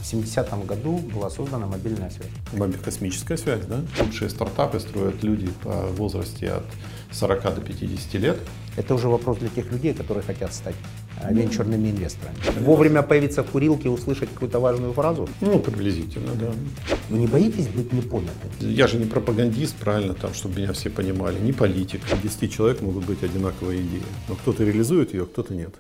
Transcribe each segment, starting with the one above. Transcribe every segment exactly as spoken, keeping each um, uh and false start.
В семидесятом году была создана мобильная связь. Космическая связь, да? Лучшие стартапы строят люди по возрасте от сорока до пятидесяти лет. Это уже вопрос для тех людей, которые хотят стать венчурными инвесторами. Вовремя появиться в курилке, услышать какую-то важную фразу? Ну, приблизительно, да. Вы не боитесь быть непонятым? Я же не пропагандист, правильно, там, чтобы меня все понимали, не политик. У десяти человек могут быть одинаковые идеи, но кто-то реализует ее, кто-то нет.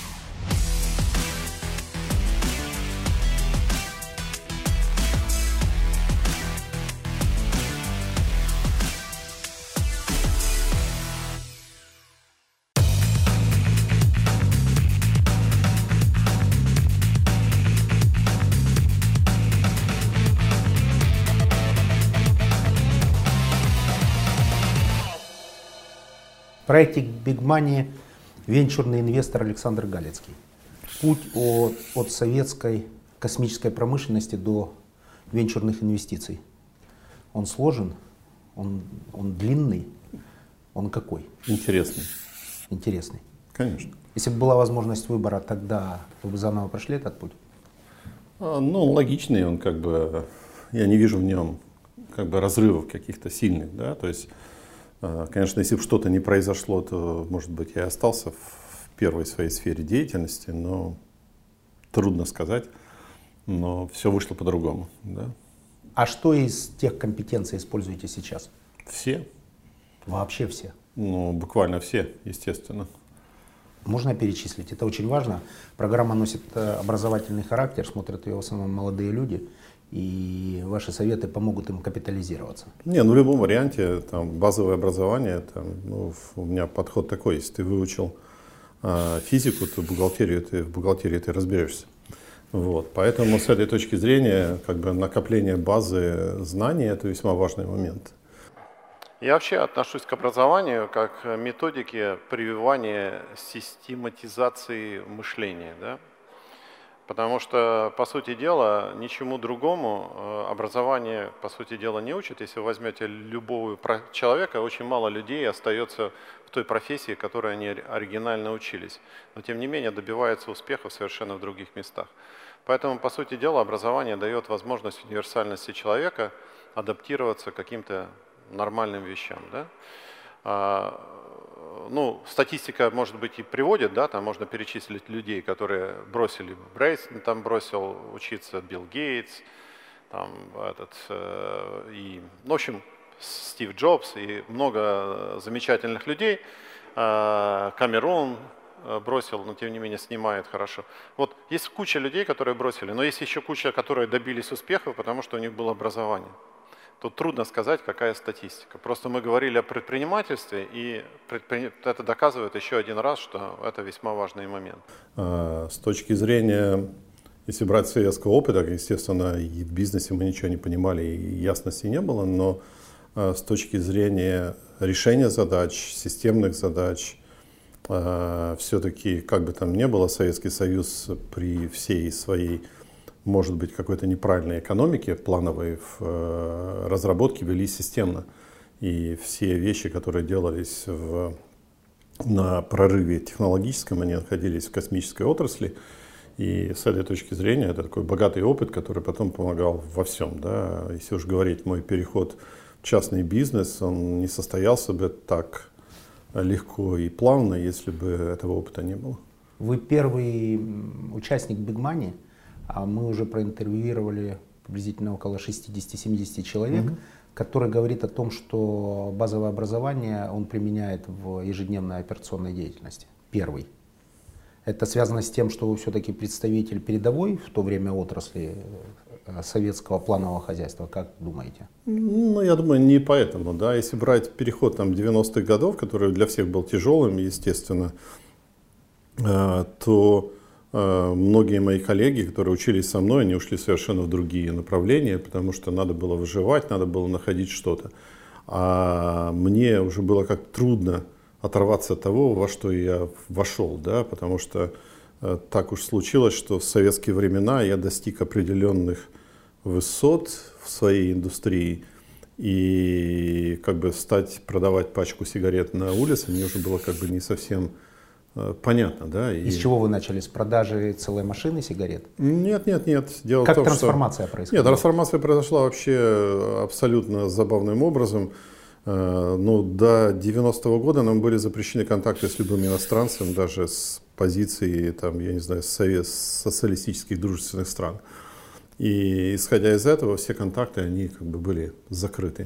В проекте Big Money венчурный инвестор Александр Галицкий. Путь от, от советской космической промышленности до венчурных инвестиций. Он сложен, он, он длинный, он какой? Интересный. Интересный. Конечно. Если бы была возможность выбора, тогда вы бы заново прошли этот путь? А, ну, логичный он, как бы, я не вижу в нем как бы разрывов каких-то сильных, да, то есть, конечно, если бы что-то не произошло, то, может быть, я остался в первой своей сфере деятельности, но трудно сказать, но все вышло по-другому. Да? А что из тех компетенций используете сейчас? Все. Вообще все? Ну, буквально все, естественно. Можно перечислить, это очень важно. Программа носит образовательный характер, смотрят ее в основном молодые люди. И ваши советы помогут им капитализироваться? Не, ну в любом варианте, там, базовое образование, там, ну, у меня подход такой, если ты выучил э, физику, то бухгалтерию, ты, в бухгалтерии ты разберешься. Вот, поэтому с этой точки зрения как бы, накопление базы знаний – это весьма важный момент. Я вообще отношусь к образованию как к методике прививания систематизации мышления, да? Потому что, по сути дела, ничему другому образование, по сути дела, не учит. Если вы возьмете любого человека, очень мало людей остается в той профессии, которой они оригинально учились. Но, тем не менее, добиваются успехов совершенно в других местах. Поэтому, по сути дела, образование дает возможность универсальности человека адаптироваться к каким-то нормальным вещам. Да? Ну, статистика, может быть, и приводит, да, там можно перечислить людей, которые бросили, Брейс там бросил учиться, Билл Гейтс, там этот, э, и, в общем, Стив Джобс и много замечательных людей. Э, Камерон бросил, но тем не менее снимает хорошо. Вот есть куча людей, которые бросили, но есть еще куча, которые добились успеха, потому что у них было образование. Тут трудно сказать, какая статистика. Просто мы говорили о предпринимательстве, и предпри... это доказывает еще один раз, что это весьма важный момент. С точки зрения, если брать советского опыта, естественно, и в бизнесе мы ничего не понимали, и ясности не было, но с точки зрения решения задач, системных задач, все-таки, как бы там ни было, Советский Союз при всей своей, может быть, какой-то неправильной экономике плановой в разработке велись системно. И все вещи, которые делались в, на прорыве технологическом, они находились в космической отрасли. И с этой точки зрения это такой богатый опыт, который потом помогал во всем. Да? Если уж говорить, мой переход в частный бизнес, он не состоялся бы так легко и плавно, если бы этого опыта не было. Вы первый участник Big Money. А мы уже проинтервьюировали приблизительно около шестидесяти-семидесяти человек, mm-hmm. который говорит о том, что базовое образование он применяет в ежедневной операционной деятельности. Первый. Это связано с тем, что вы все-таки представитель передовой в то время отрасли советского планового хозяйства, как думаете? Ну, я думаю, не поэтому. Да? Если брать переход там, девяностых годов, который для всех был тяжелым, естественно, то многие мои коллеги, которые учились со мной, они ушли совершенно в другие направления, потому что надо было выживать, надо было находить что-то. А мне уже было как трудно оторваться от того, во что я вошел, да, потому что э, так уж случилось, что в советские времена я достиг определенных высот в своей индустрии, и как бы стать продавать пачку сигарет на улице мне уже было как бы не совсем понятно, да. И... Из чего вы начали? С продажи целой машины сигарет? Нет, нет, нет. Дело как в том, трансформация что... происходила? Нет, трансформация произошла вообще абсолютно забавным образом. Ну, до девяностого года нам были запрещены контакты с любым иностранцем, даже с позиции, там, я не знаю, совет, социалистических дружественных стран. И исходя из этого, все контакты, они как бы были закрыты.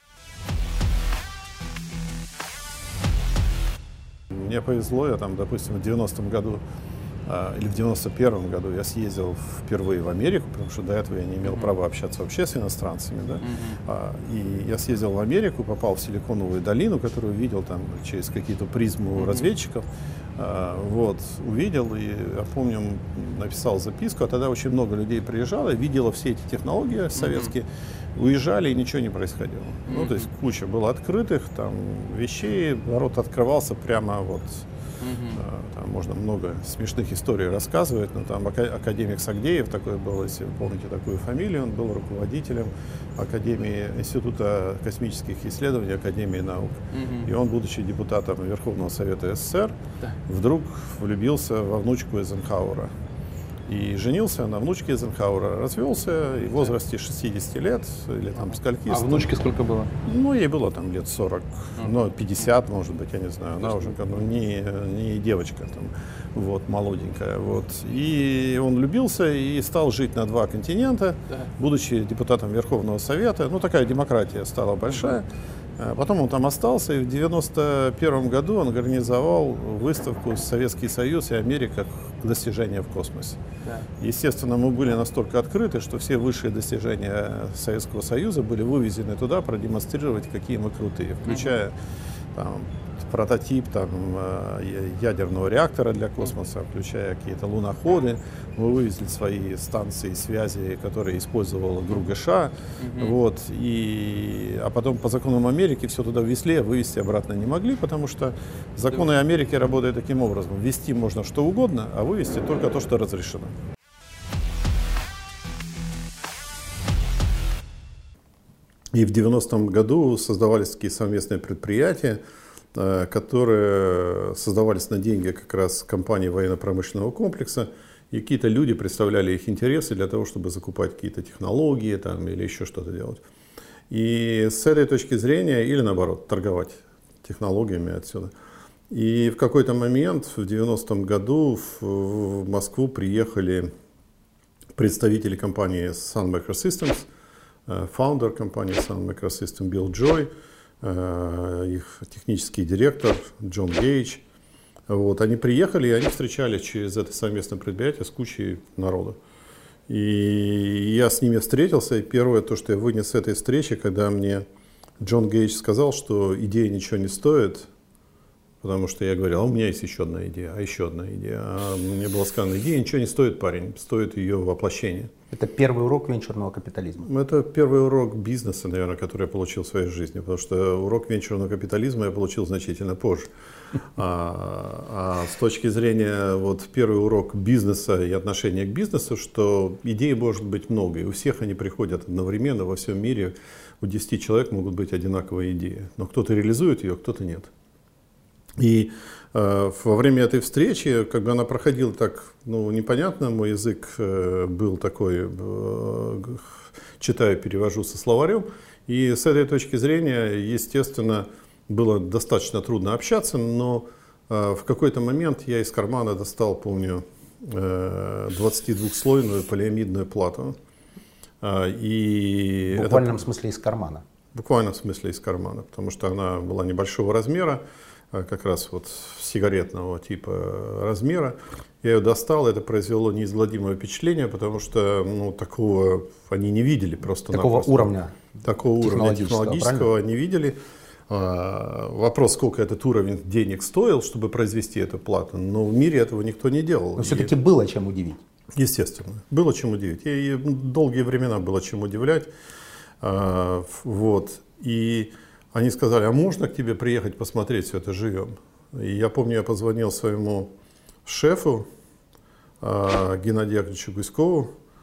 Мне повезло, я там, допустим, в девяностом году или в девяносто первом году я съездил впервые в Америку, потому что до этого я не имел права общаться вообще с иностранцами. Да? Mm-hmm. И я съездил в Америку, попал в Силиконовую долину, которую видел там через какие-то призму mm-hmm. разведчиков. Вот, увидел и, я помню, написал записку, а тогда очень много людей приезжало, видело все эти технологии советские, mm-hmm. уезжали и ничего не происходило. Mm-hmm. Ну, то есть куча было открытых там вещей, народ открывался прямо вот. Uh-huh. Там можно много смешных историй рассказывать, но там академик Сагдеев такой был, если вы помните такую фамилию, он был руководителем Академии Института космических исследований Академии наук. Uh-huh. И он, будучи депутатом Верховного Совета СССР, uh-huh. вдруг влюбился во внучку Эйзенхауэра. И женился на внучке Эйзенхауэра, развелся, и в возрасте шестидесяти лет, или там скольки. А внучке сколько было? Ну, ей было там лет сорок, uh-huh. ну, пятьдесят, может быть, я не знаю. Она уже ну, не, не девочка, там, вот, молоденькая. Вот. И он влюбился и стал жить на два континента, uh-huh. будучи депутатом Верховного Совета. Ну, такая демократия стала большая. Uh-huh. Потом он там остался, и в девяносто первом году он организовал выставку «Советский Союз и Америка. Достижения в космосе». Да. Естественно, мы были настолько открыты, что все высшие достижения Советского Союза были вывезены туда продемонстрировать, какие мы крутые, включая там, прототип там, ядерного реактора для космоса, включая какие-то луноходы. Мы вывезли свои станции связи, которые использовала ГРУ-ГШ. Mm-hmm. Вот, и, а потом по законам Америки все туда ввезли, а вывести обратно не могли, потому что законы mm-hmm. Америки работают таким образом. Ввести можно что угодно, а вывести только то, что разрешено. И в девяностом году создавались такие совместные предприятия, которые создавались на деньги как раз компании военно-промышленного комплекса, и какие-то люди представляли их интересы для того, чтобы закупать какие-то технологии там, или еще что-то делать. И с этой точки зрения, или наоборот, торговать технологиями отсюда. И в какой-то момент, в девяностом году, в Москву приехали представители компании Sun Microsystems, фаундер компании Sun Microsystems Билл Джой, их технический директор Джон Гейдж. Вот, они приехали, и они встречались через это совместное предприятие с кучей народа. И я с ними встретился, и первое, то, что я вынес с этой встречи, когда мне Джон Гейдж сказал, что идея ничего не стоит, потому что я говорил, а у меня есть еще одна идея, а еще одна идея. А мне было сказано, идея ничего не стоит, парень, стоит ее воплощение. Это первый урок венчурного капитализма? Это первый урок бизнеса, наверное, который я получил в своей жизни, потому что урок венчурного капитализма я получил значительно позже. А, а с точки зрения, вот, первый урок бизнеса и отношения к бизнесу, что идей может быть много, и у всех они приходят одновременно во всем мире, у десяти человек могут быть одинаковые идеи, но кто-то реализует ее, кто-то нет. И э, во время этой встречи, как бы она проходила так, ну, непонятно, мой язык э, был такой, э, читаю, перевожу со словарем, и с этой точки зрения, естественно, было достаточно трудно общаться, но э, в какой-то момент я из кармана достал, помню, э, двадцатидвухслойную полиамидную плату. Э, и в буквальном это, смысле из кармана? В буквальном смысле из кармана, потому что она была небольшого размера, как раз вот сигаретного типа размера. Я ее достал, это произвело неизгладимое впечатление, потому что, ну, такого они не видели просто. Такого уровня Такого уровня технологического не видели. А, вопрос, сколько этот уровень денег стоил, чтобы произвести эту плату, но в мире этого никто не делал. Но все-таки и, было чем удивить. Естественно, было чем удивить. И, и долгие времена было чем удивлять. А, вот. И они сказали, а можно к тебе приехать посмотреть все это живем? И я помню, я позвонил своему шефу, э, Геннадию Яковлевичу Гуськову,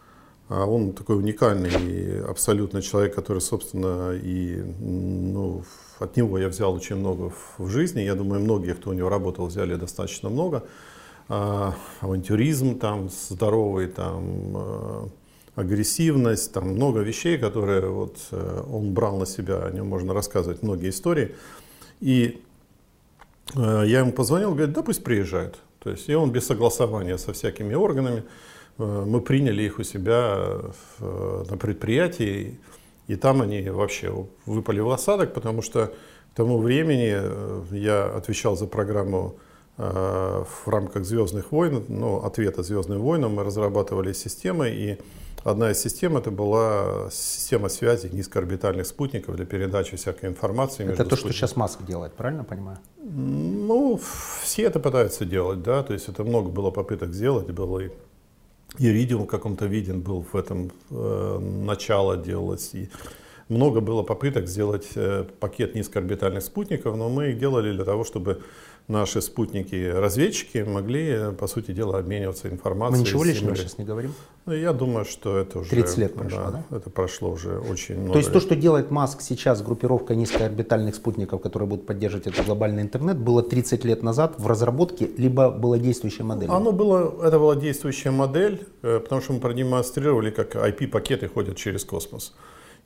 А он такой уникальный абсолютно человек, который, собственно, и ну, от него я взял очень много в жизни. Я думаю, многие, кто у него работал, взяли достаточно много. А, авантюризм там здоровый, там а, агрессивность, там много вещей, которые вот, он брал на себя, о нем можно рассказывать многие истории. И а, я ему позвонил, говорит, да пусть приезжает. То есть, и он без согласования со всякими органами. Мы приняли их у себя на предприятии, и там они вообще выпали в осадок, потому что к тому времени я отвечал за программу в рамках «Звездных войн», ну, ответа «Звездным войнам». Мы разрабатывали системы, и одна из систем это была система связи низкоорбитальных спутников для передачи всякой информации. Это то, что сейчас Маск делает, правильно понимаю? Ну, все это пытаются делать, да, то есть это много было попыток сделать, было и Иридиум в каком-то виде был в этом, э, начало делалось. И много было попыток сделать э, пакет низкоорбитальных спутников, но мы их делали для того, чтобы наши спутники-разведчики могли, по сути дела, обмениваться информацией. Мы ничего лишнего сейчас не говорим? Ну, я думаю, что это уже... тридцать лет прошло, да? да? Это прошло уже очень много То есть лет. то, что делает Маск сейчас с группировкой низкоорбитальных спутников, которые будут поддерживать этот глобальный интернет, было тридцать лет назад в разработке, либо была действующая модель? Оно было, это была действующая модель, потому что мы продемонстрировали, как ай пи-пакеты ходят через космос.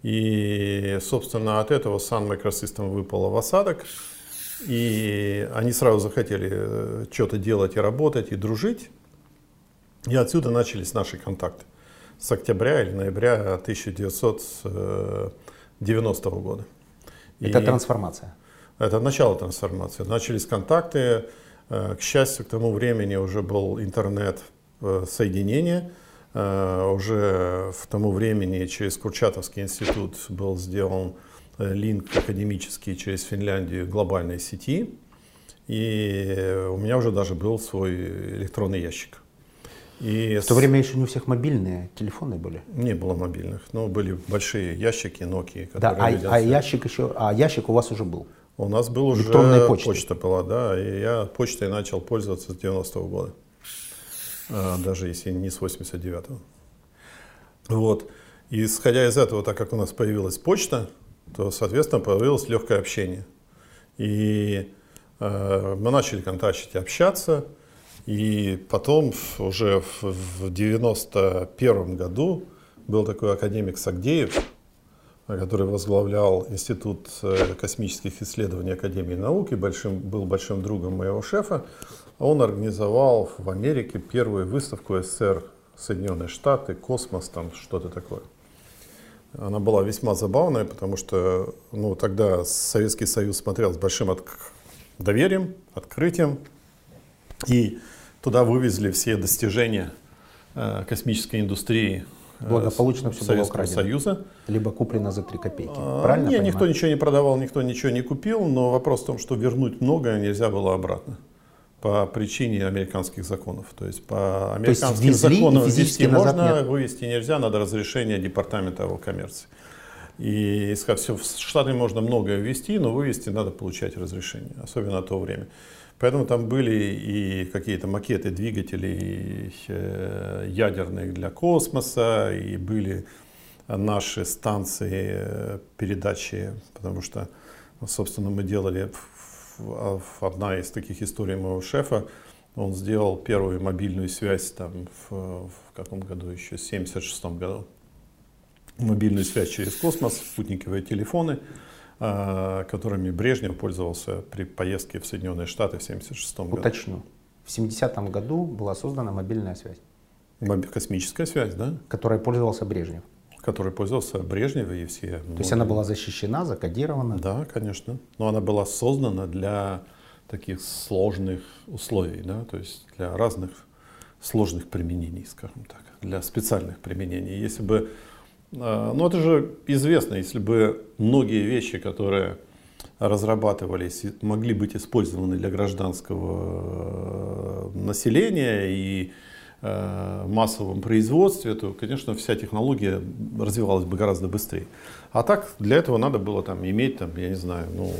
И, собственно, от этого Sun Microsystem выпало в осадок. И они сразу захотели что-то делать и работать, и дружить. И отсюда начались наши контакты. С октября или ноября тысяча девятьсот девяностого года. Это и трансформация? Это начало трансформации. Начались контакты. К счастью, к тому времени уже был интернет-соединение. Уже в тому времени через Курчатовский институт был сделан линк академический через Финляндию глобальной сети. И у меня уже даже был свой электронный ящик. И в то время еще не у всех мобильные телефоны были? Не было мобильных, но были большие ящики Nokia. Да, а, а ящик еще, а ящик у вас уже был? У нас был уже электронная почта. почта была, да, и я почтой начал пользоваться с девяностого года, даже если не с восемьдесят девятого. Вот. И исходя из этого, так как у нас появилась почта, то, соответственно, появилось легкое общение. И э, мы начали контактить, общаться. И потом уже в девяносто первом году был такой академик Сагдеев, который возглавлял Институт космических исследований Академии наук и большим, был большим другом моего шефа. Он организовал в Америке первую выставку эс эс эс эр, Соединенные Штаты, космос, там что-то такое. Она была весьма забавная, потому что ну, тогда Советский Союз смотрел с большим от... доверием, открытием. И туда вывезли все достижения э, космической индустрии э, Благополучно все было украдено. Союза. Либо куплено за три копейки. А, Правильно не, понимаю? никто ничего не продавал, никто ничего не купил, но вопрос в том, что вернуть многое нельзя было обратно. По причине американских законов. То есть по американским есть законам ввести можно, нет. вывести нельзя, надо разрешение департамента коммерции. И все, в Штаты можно многое ввести, но вывести надо получать разрешение, особенно на то время. Поэтому там были и какие-то макеты двигателей ядерных для космоса, и были наши станции передачи, потому что, собственно, мы делали, одна из таких историй моего шефа, он сделал первую мобильную связь там в, в каком году еще, в семьдесят шестом году. Мобильную связь через космос, спутниковые телефоны, которыми Брежнев пользовался при поездке в Соединенные Штаты в семьдесят шестом году. Уточню. В семидесятом году была создана мобильная связь. Космическая связь, да? Которой пользовался Брежнев. Которой пользовался Брежнев и все. То многие... есть она была защищена, закодирована? Да, конечно. Но она была создана для таких сложных условий, да? То есть для разных сложных применений, скажем так, для специальных применений. Если бы Ну, это же известно, если бы многие вещи, которые разрабатывались, могли быть использованы для гражданского населения и э, массовом производстве, то, конечно, вся технология развивалась бы гораздо быстрее. А так, для этого надо было там, иметь, там, я не знаю, ну,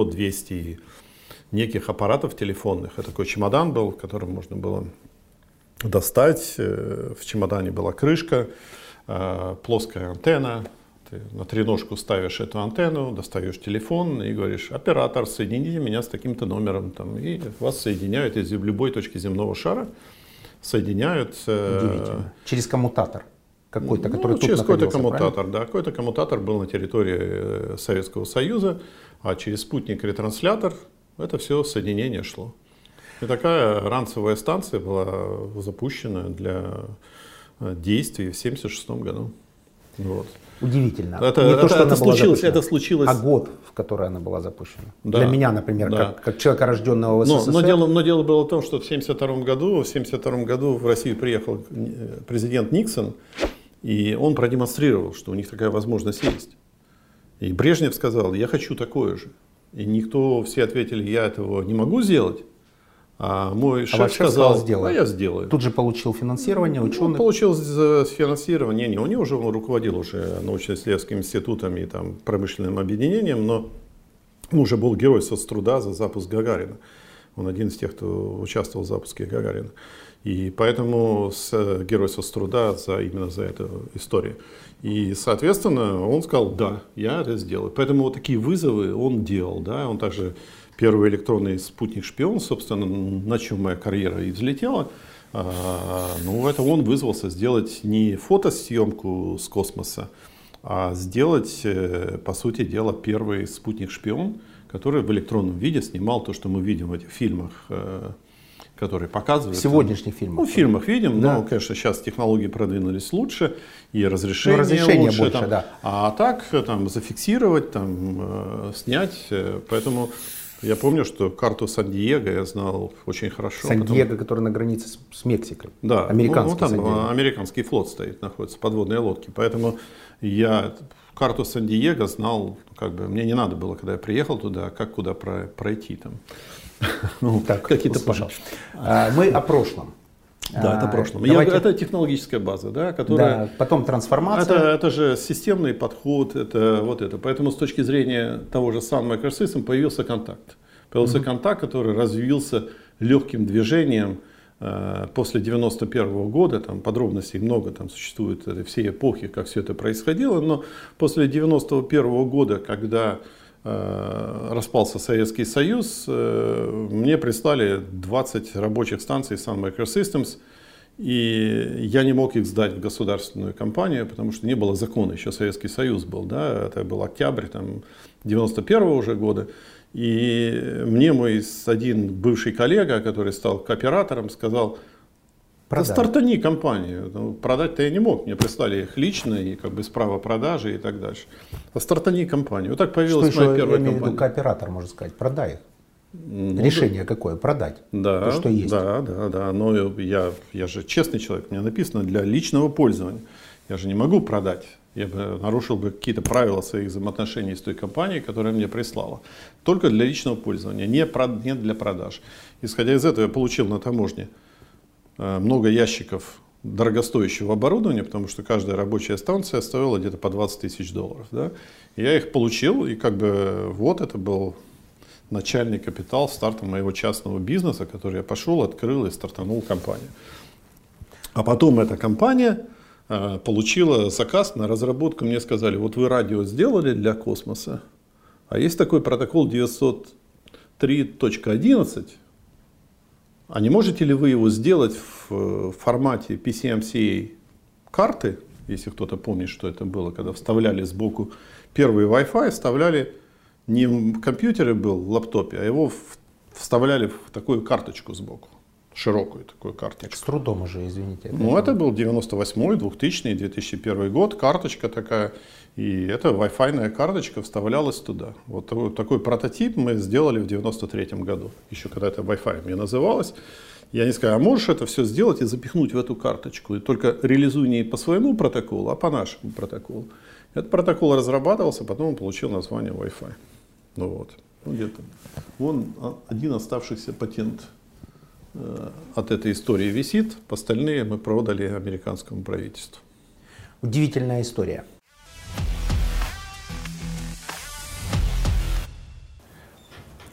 сто-двести неких аппаратов телефонных. Это такой чемодан был, в котором можно было достать. В чемодане была крышка, плоская антенна. Ты на треножку ставишь эту антенну, достаешь телефон и говоришь: оператор, соедините меня с таким-то номером. Там, и вас соединяют из любой точки земного шара. Соединяют. Удивительно. Через коммутатор какой-то, который ну, тут через какой-то коммутатор, правильно? да. Какой-то коммутатор был на территории Советского Союза, а через спутник ретранслятор это все соединение шло. И такая ранцевая станция была запущена для действий в семьдесят шестом году. Вот. Удивительно. Это, Не это, то, что это, она была случилось, запущена, это случилось. А год, в который она была запущена. Да, Для меня, например, да. как, как человека, рожденного в СССР. Но, но, дело, но дело было в том, что в семьдесят втором году, в семьдесят втором году в Россию приехал президент Никсон, и он продемонстрировал, что у них такая возможность есть. И Брежнев сказал: я хочу такое же. И никто, все ответили: я этого не могу сделать. А мой шеф, а сказал: сказал а я сделаю. Тут же получил финансирование, ученый. Он получил финансирование, не, у него уже он руководил уже научно-исследовательским институтом и там, промышленным объединением, но он уже был герой соцтруда за запуск Гагарина. Он один из тех, кто участвовал в запуске Гагарина. И поэтому с, герой соцтруда за, именно за эту историю. И, соответственно, он сказал: да, я это сделаю. Поэтому вот такие вызовы он делал. Да? Он также первый электронный спутник-шпион, собственно, на чем моя карьера и взлетела. А, ну, это он вызвался сделать не фотосъемку с космоса, а сделать, по сути дела, первый спутник-шпион, который в электронном виде снимал то, что мы видим в этих фильмах, которые показывают. В сегодняшних фильмах. Ну, в фильмах видим, да. но, конечно, сейчас технологии продвинулись лучше, и разрешение, ну, разрешение лучше. больше, Там, да. А так, там, зафиксировать, там, снять, поэтому... Я помню, что карту Сан-Диего я знал очень хорошо. Сан-Диего, потому... который на границе с, с Мексикой. Да, американский ну, там Сан-Диего. Американский флот стоит, находится, подводные лодки. Поэтому я карту Сан-Диего знал, как бы, мне не надо было, когда я приехал туда, как куда пройти там. Ну, так, какие-то пожалуйста. Мы о прошлом. Да, это прошлое. Давайте... Это технологическая база, да, которая... Да, потом трансформация. Это, это же системный подход, это вот это. Поэтому с точки зрения того же Sun Microsystems появился контакт. Появился mm-hmm. контакт, который развился легким движением э, после девяносто первого года. Там подробностей много, там существуют это, все эпохи, как все это происходило. Но после девяносто первого года, когда распался Советский Союз, мне прислали двадцать рабочих станций Sun Microsystems, и я не мог их сдать в государственную компанию, потому что не было закона, еще Советский Союз был, да, это был октябрь там, девяносто первого уже года, и мне мой один бывший коллега, который стал кооператором, сказал: да стартани компанию. Ну, продать-то я не мог. Мне прислали их лично и как бы с права продажи и так дальше. А стартани компанию. Вот так появилась что моя еще, первая я имею компания. В виду, кооператор, можно сказать, продай их. Ну, решение да. какое? Продать. Да, то, что есть. Да, да, да. Но я, я же честный человек. У меня написано для личного пользования. Я же не могу продать. Я бы нарушил бы какие-то правила своих взаимоотношений с той компанией, которая мне прислала. Только для личного пользования, не, про, не для продаж. Исходя из этого, я получил на таможне много ящиков дорогостоящего оборудования, потому что каждая рабочая станция стоила где-то по двадцать тысяч долларов. Да? Я их получил, и как бы вот это был начальный капитал старта моего частного бизнеса, который я пошел, открыл и стартанул компанию. А потом эта компания э, получила заказ на разработку. Мне сказали: вот вы радио сделали для космоса, а есть такой протокол девятьсот три точка одиннадцать. А не можете ли вы его сделать в формате пи си эм си эй карты, если кто-то помнит, что это было, когда вставляли сбоку первый Wi-Fi, вставляли не в компьютере был, в лаптопе, а его вставляли в такую карточку сбоку, широкую такую карточку. С трудом уже, извините. Это ну, это был девяносто восьмой, двухтысячный, две тысячи первый год, карточка такая. И эта Wi-Fi карточка вставлялась туда. Вот такой, такой прототип мы сделали в девяносто третьем году. Еще когда это Wi-Fi мне называлось. Я не сказал: а можешь это все сделать и запихнуть в эту карточку? И только реализуй не по своему протоколу, а по нашему протоколу. Этот протокол разрабатывался, потом он получил название Wi-Fi. Ну вот. Ну, где-то. Вон один оставшийся патент э, от этой истории висит. Остальные мы продали американскому правительству. Удивительная история.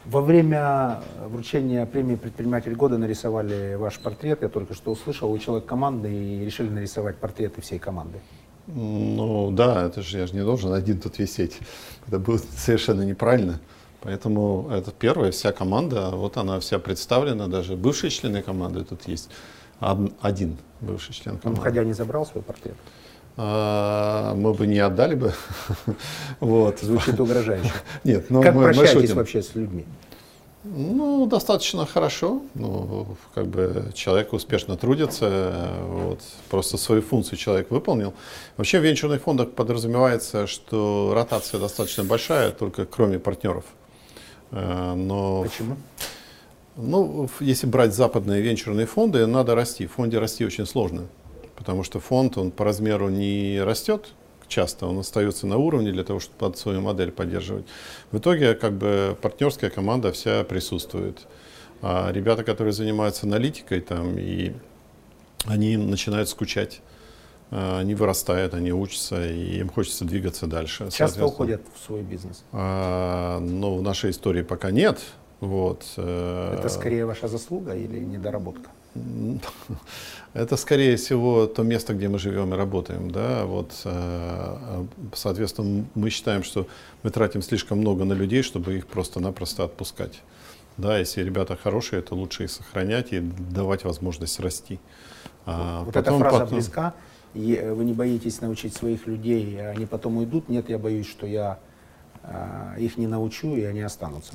Во время вручения премии «Предприниматель года» нарисовали ваш портрет. Я только что услышал, вы человек команды и решили нарисовать портреты всей команды. Ну да, это же я же не должен один тут висеть. Это будет совершенно неправильно. Поэтому это первая, вся команда, вот она вся представлена, даже бывшие члены команды тут есть. Один бывший член команды. Он, ходя, не забрал свой портрет? А, мы бы не отдали бы. Вот. Звучит угрожающе. Нет, но как мы, прощаетесь мы вообще с людьми? Ну, достаточно хорошо. Ну, как бы человек успешно трудится, вот, просто свою функцию человек выполнил. Вообще в венчурных фондах подразумевается, что ротация достаточно большая, только кроме партнеров. Но, почему? Ну, если брать западные венчурные фонды, надо расти. В фонде расти очень сложно, потому что фонд, он по размеру не растет часто, он остается на уровне для того, чтобы под свою модель поддерживать. В итоге, как бы, партнерская команда вся присутствует. А ребята, которые занимаются аналитикой, там, и они начинают скучать. Они вырастают, они учатся, и им хочется двигаться дальше. Часто уходят в свой бизнес? А, ну, в нашей истории пока нет. Вот. Это скорее ваша заслуга или недоработка? Это, скорее всего, то место, где мы живем и работаем. Да? Вот, соответственно, мы считаем, что мы тратим слишком много на людей, чтобы их просто-напросто отпускать. Да, если ребята хорошие, то лучше их сохранять и давать возможность расти. А вот потом, эта фраза потом... близка. И вы не боитесь научить своих людей, они потом уйдут? Нет, я боюсь, что я а, их не научу, и они останутся.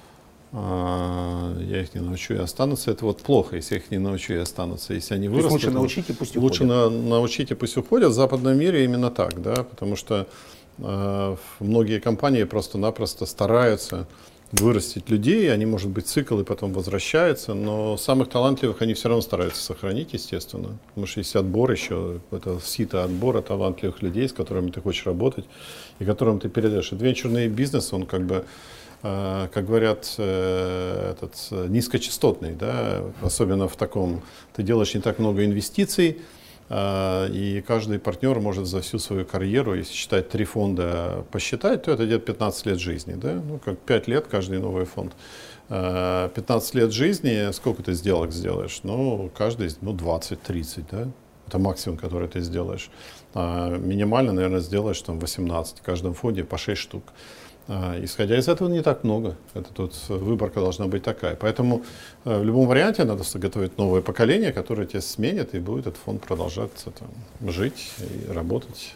А, я их не научу и останутся. Это вот плохо, если я их не научу и останутся. Если они вырастут, лучше научите, пусть уходят. Лучше на, научите, пусть уходят. В западном мире именно так, да, потому что э, многие компании просто-напросто стараются вырастить людей, они, может быть, цикл и потом возвращаются, но самых талантливых они все равно стараются сохранить, естественно. Потому что есть отбор еще, это сито отбора талантливых людей, с которыми ты хочешь работать и которым ты передаешь. И венчурный бизнес, он как бы, э, как говорят, э, этот, низкочастотный, да, особенно в таком, ты делаешь не так много инвестиций, и каждый партнер может за всю свою карьеру, если считать три фонда, посчитать, то это где-то пятнадцать лет жизни. Да? Ну, как пять лет каждый новый фонд. пятнадцать лет жизни, сколько ты сделок сделаешь? Ну, каждый, ну, двадцать-тридцать, да? Это максимум, который ты сделаешь. А минимально, наверное, сделаешь там восемнадцать. В каждом фонде по шесть штук. Исходя из этого, не так много. Это тут выборка должна быть такая. Поэтому в любом варианте надо готовить новое поколение, которое тебя сменит, и будет этот фонд продолжать там, жить и работать.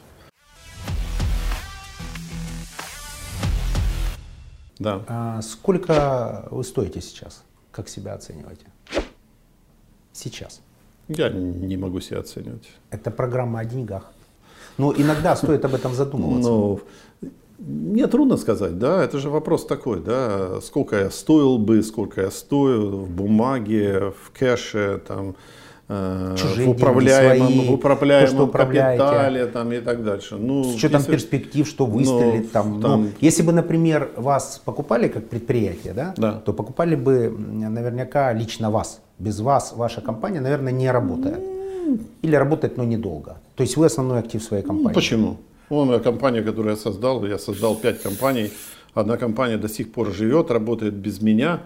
Да. А сколько вы стоите сейчас? Как себя оцениваете? Сейчас. Я не могу себя оценивать. Это программа о деньгах. Но иногда стоит об этом задумываться. Но... Мне трудно сказать, да, это же вопрос такой, да, сколько я стоил бы, сколько я стою в бумаге, в кэше, там, э, в управляемом, свои, в управляемом то, капитале там, и так дальше. Ну, с учетом если, перспектив, что выстрелит. Ну, там, там, ну, если бы, например, вас покупали как предприятие, да, да, то покупали бы наверняка лично вас. Без вас ваша компания, наверное, не работает. Или работает, но недолго. То есть вы основной актив своей компании. Почему? Вон компания, которую я создал, я создал пять компаний. Одна компания до сих пор живет, работает без меня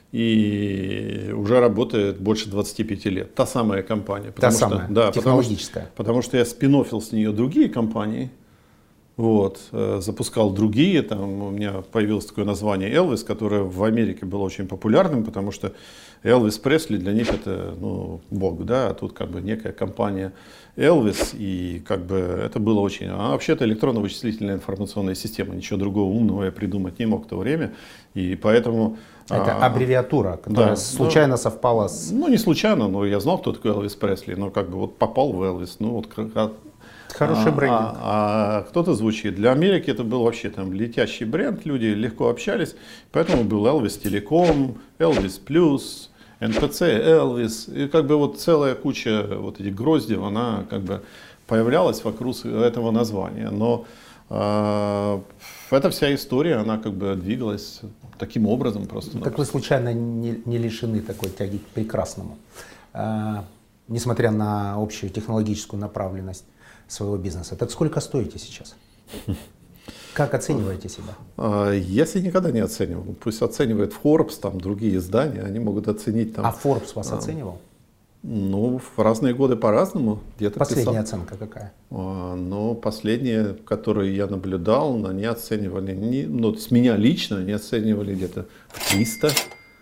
и уже работает больше двадцати пяти лет. Та самая компания. Та самая, что, да, технологическая. Потому, потому что я спин-оффил с нее другие компании. Вот, запускал другие, там у меня появилось такое название Elvis, которое в Америке было очень популярным, потому что Элвис Пресли для них это, ну, бог, да, а тут как бы некая компания Elvis, и как бы это было очень, а вообще-то электронно-вычислительная информационная система, ничего другого умного я придумать не мог в то время, и поэтому... Это а, аббревиатура, которая да, случайно да, совпала с... Ну, не случайно, но я знал, кто такой Элвис Пресли, но как бы вот попал в Элвис, ну вот... Хороший брендинг. А, а, а кто-то звучит. Для Америки это был вообще там летящий бренд, люди легко общались, поэтому был Elvis Telecom, Elvis Plus, эн пэ цэ Elvis, и как бы вот целая куча вот этих гроздев, она как бы появлялась вокруг этого названия. Но э, эта вся история, она как бы двигалась таким образом просто. Так вы случайно не, не лишены такой тяги к прекрасному, а, несмотря на общую технологическую направленность своего бизнеса. Так сколько стоите сейчас? Как оцениваете себя? Я себя никогда не оценивал. Пусть оценивает Forbes, там другие издания, они могут оценить там. А Forbes вас а, оценивал? Ну, в разные годы по-разному. Где-то Последняя писал. оценка какая? А, но последние, которые я наблюдал, они оценивали, не, ну, с меня лично, они оценивали где-то в триста.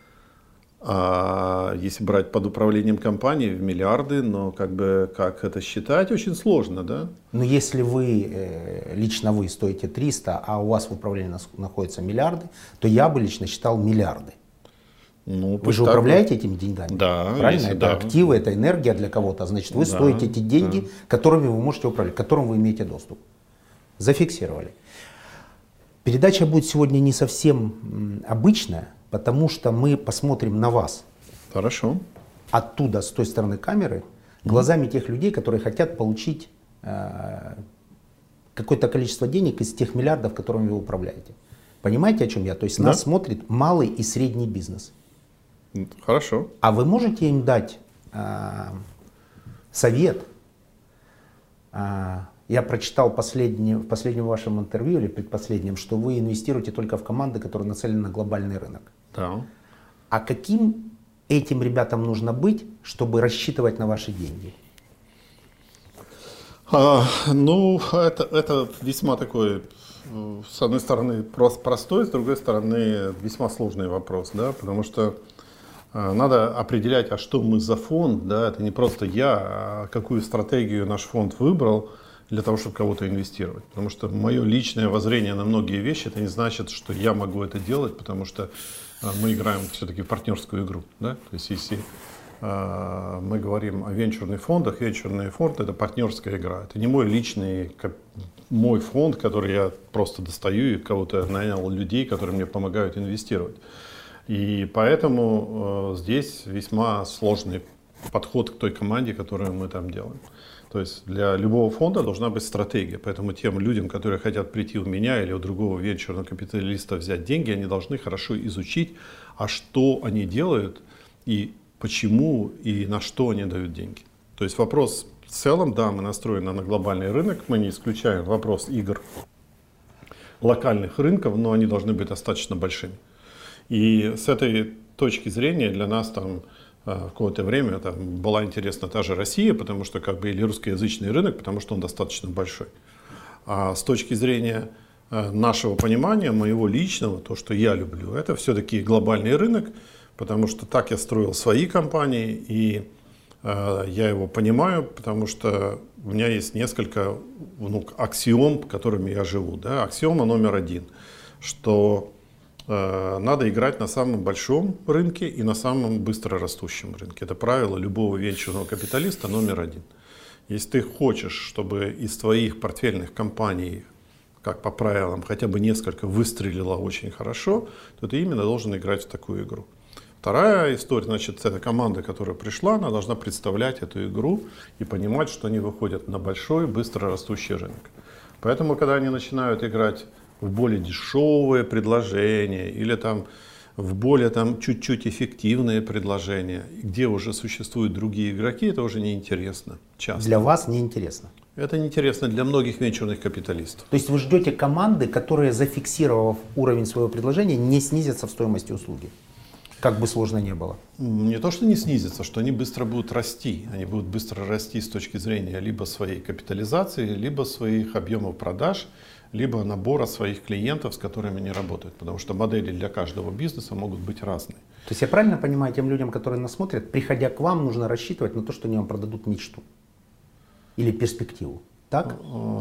А если брать под управлением компании, в миллиарды, но как бы как это считать, очень сложно, да? Но если вы, лично вы стоите триста, а у вас в управлении находятся миллиарды, то я бы лично считал миллиарды. Ну, вы же управляете этими деньгами, да, правильно? если, это да. активы, это энергия для кого-то, значит вы да, стоите эти деньги, да. которыми вы можете управлять, к которым вы имеете доступ. Зафиксировали. Передача будет сегодня не совсем обычная, потому что мы посмотрим на вас. Хорошо. Оттуда, с той стороны камеры, глазами тех людей, которые хотят получить э, какое-то количество денег из тех миллиардов, которыми вы управляете. Понимаете, о чем я? То есть да. нас смотрит малый и средний бизнес. Хорошо. А вы можете им дать э, совет? Э, я прочитал последнее, в последнем вашем интервью или предпоследнем, что вы инвестируете только в команды, которые нацелены на глобальный рынок. Да. А каким этим ребятам нужно быть, чтобы рассчитывать на ваши деньги? А, ну, это, это весьма такой, с одной стороны, просто простой, с другой стороны, весьма сложный вопрос, да, потому что надо определять, а что мы за фонд, да, это не просто я, а какую стратегию наш фонд выбрал для того, чтобы кого-то инвестировать. Потому что мое личное воззрение на многие вещи, это не значит, что я могу это делать, потому что мы играем все-таки в партнерскую игру, да, то есть если э, мы говорим о венчурных фондах, венчурный фонд это партнерская игра, это не мой личный, мой фонд, который я просто достаю и кого-то нанял людей, которые мне помогают инвестировать. И поэтому э, здесь весьма сложный подход к той команде, которую мы там делаем. То есть для любого фонда должна быть стратегия. Поэтому тем людям, которые хотят прийти у меня или у другого венчурного капиталиста взять деньги, они должны хорошо изучить, а что они делают и почему и на что они дают деньги. То есть вопрос в целом, да, мы настроены на глобальный рынок, мы не исключаем вопрос игр локальных рынков, но они должны быть достаточно большими. И с этой точки зрения для нас там в какое-то время там была интересна та же Россия, потому что как бы или русскоязычный рынок, потому что он достаточно большой. А с точки зрения нашего понимания, моего личного, то, что я люблю, это все-таки глобальный рынок, потому что так я строил свои компании, и э, я его понимаю, потому что у меня есть несколько ну, аксиом, которыми я живу. Да? Аксиома номер один, что надо играть на самом большом рынке и на самом быстро растущем рынке. Это правило любого венчурного капиталиста номер один. Если ты хочешь, чтобы из твоих портфельных компаний, как по правилам, хотя бы несколько выстрелило очень хорошо, то ты именно должен играть в такую игру. Вторая история, значит, это команда, которая пришла, она должна представлять эту игру и понимать, что они выходят на большой, быстро растущий рынок. Поэтому, когда они начинают играть в более дешевые предложения или там в более там чуть-чуть эффективные предложения, где уже существуют другие игроки, это уже неинтересно. Часто. Для вас неинтересно? Это неинтересно для многих венчурных капиталистов. То есть вы ждете команды, которые, зафиксировав уровень своего предложения, не снизятся в стоимости услуги? Как бы сложно ни было. Не то, что не снизится, что они быстро будут расти. Они будут быстро расти с точки зрения либо своей капитализации, либо своих объемов продаж, либо набора своих клиентов, с которыми они работают. Потому что модели для каждого бизнеса могут быть разные. То есть я правильно понимаю, тем людям, которые нас смотрят, приходя к вам, нужно рассчитывать на то, что они вам продадут мечту или перспективу? Так?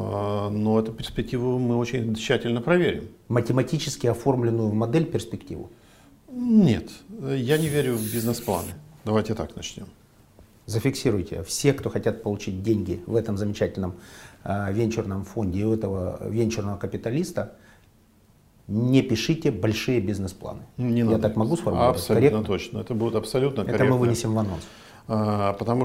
Но эту перспективу мы очень тщательно проверим. Математически оформленную в модель перспективу? Нет, я не верю в бизнес-планы. Давайте так начнем. Зафиксируйте. Все, кто хотят получить деньги в этом замечательном э, венчурном фонде и у этого венчурного капиталиста, не пишите большие бизнес-планы. Не Я надо. Так могу сформулировать? Абсолютно Корректно? точно. Это будет абсолютно корректно. Это мы вынесем в анонс. А, потому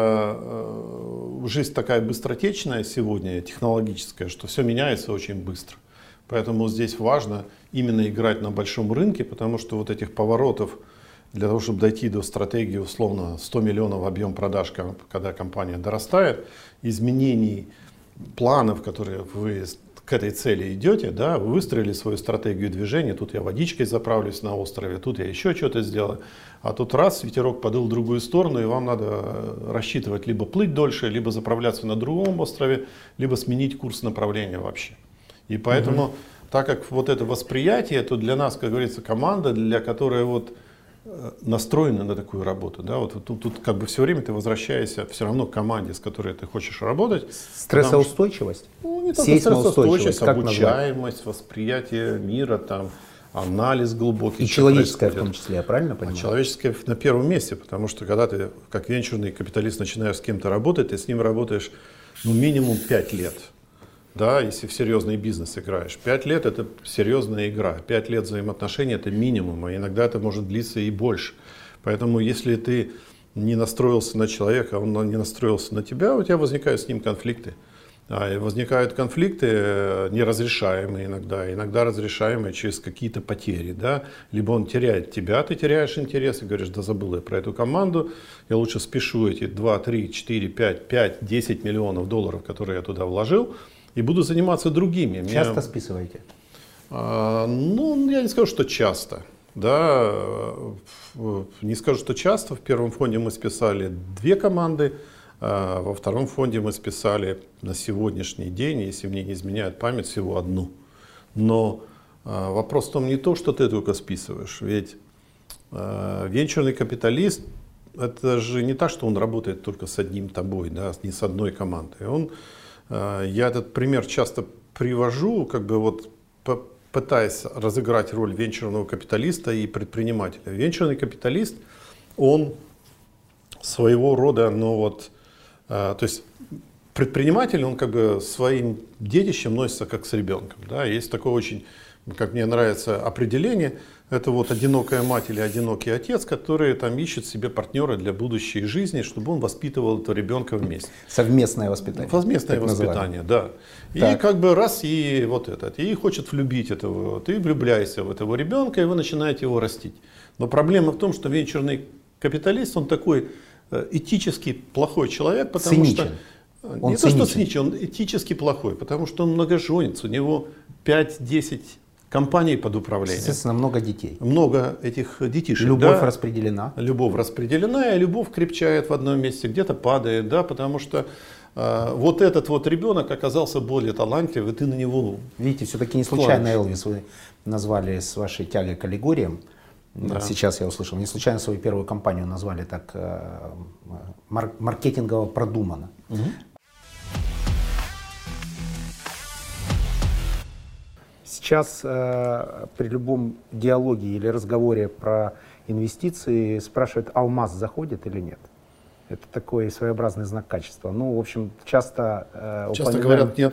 что э, жизнь такая быстротечная сегодня, технологическая, что все меняется очень быстро. Поэтому здесь важно именно играть на большом рынке, потому что вот этих поворотов для того, чтобы дойти до стратегии условно сто миллионов объем продаж, когда компания дорастает, изменений планов, которые вы к этой цели идете, да, вы выстроили свою стратегию движения, тут я водичкой заправлюсь на острове, тут я еще что-то сделаю, а тут раз, ветерок подул в другую сторону, и вам надо рассчитывать либо плыть дольше, либо заправляться на другом острове, либо сменить курс направления вообще. И поэтому, угу. так как вот это восприятие, то для нас, как говорится, команда, для которой вот настроена на такую работу, да, вот тут, тут как бы все время ты возвращаешься все равно к команде, с которой ты хочешь работать. Стрессоустойчивость? Что, ну, не только стрессоустойчивость, обучаемость, восприятие мира, там, анализ глубокий. И человеческое в том числе, я правильно понимаю? А человеческое на первом месте, потому что когда ты как венчурный капиталист начинаешь с кем-то работать, ты с ним работаешь ну, минимум пять лет. Да, если в серьезный бизнес играешь. Пять лет это серьезная игра. Пять лет взаимоотношений это минимум, а иногда это может длиться и больше. Поэтому если ты не настроился на человека, он не настроился на тебя, у тебя возникают с ним конфликты. А возникают конфликты неразрешаемые иногда, иногда разрешаемые через какие-то потери. Да? Либо он теряет тебя, ты теряешь интерес и говоришь, да забыл я про эту команду, я лучше спешу эти два, три, четыре, пять, пять, десять миллионов долларов, которые я туда вложил, и буду заниматься другими. Часто Меня, списываете? А, ну, я не скажу, что часто. Да, не скажу, что часто. В первом фонде мы списали две команды, а во втором фонде мы списали на сегодняшний день, если мне не изменяет память, всего одну. Но а, вопрос в том не то, что ты только списываешь. Ведь а, венчурный капиталист, это же не так, что он работает только с одним тобой, да, не с одной командой. Он Я этот пример часто привожу, как бы вот пытаясь разыграть роль венчурного капиталиста и предпринимателя. Венчурный капиталист, он своего рода, ну вот, то есть предприниматель, он как бы своим детищем носится как с ребенком. Да? Есть такое очень, как мне нравится, определение. Это вот одинокая мать или одинокий отец, которые там ищут себе партнера для будущей жизни, чтобы он воспитывал этого ребенка вместе. Совместное воспитание. Совместное воспитание, да. И так. как бы раз и вот этот, и хочет влюбить этого, ты влюбляешься в этого ребенка, и вы начинаете его растить. Но проблема в том, что венчурный капиталист, он такой этически плохой человек, потому циничен. что... Он не циничен. то, что циничен, он этически плохой, потому что он многоженец, у него пять-десять компаний под управлением. Естественно, много детей. Много этих детишек. Любовь да? распределена. Любовь распределена, и любовь крепчает в одном месте, где-то падает, да, потому что э, вот этот вот ребенок оказался более талантливый, и ты на него... Видите, все-таки не случайно, Элвис, вы назвали с вашей тягой к аллегориям. Да. Сейчас я услышал, не случайно свою первую компанию назвали так э, мар- маркетингово продуманно. Угу. Сейчас э, при любом диалоге или разговоре про инвестиции спрашивают, алмаз заходит или нет. Это такой своеобразный знак качества. Ну, в общем, часто... Э, часто упоминаем... говорят нет.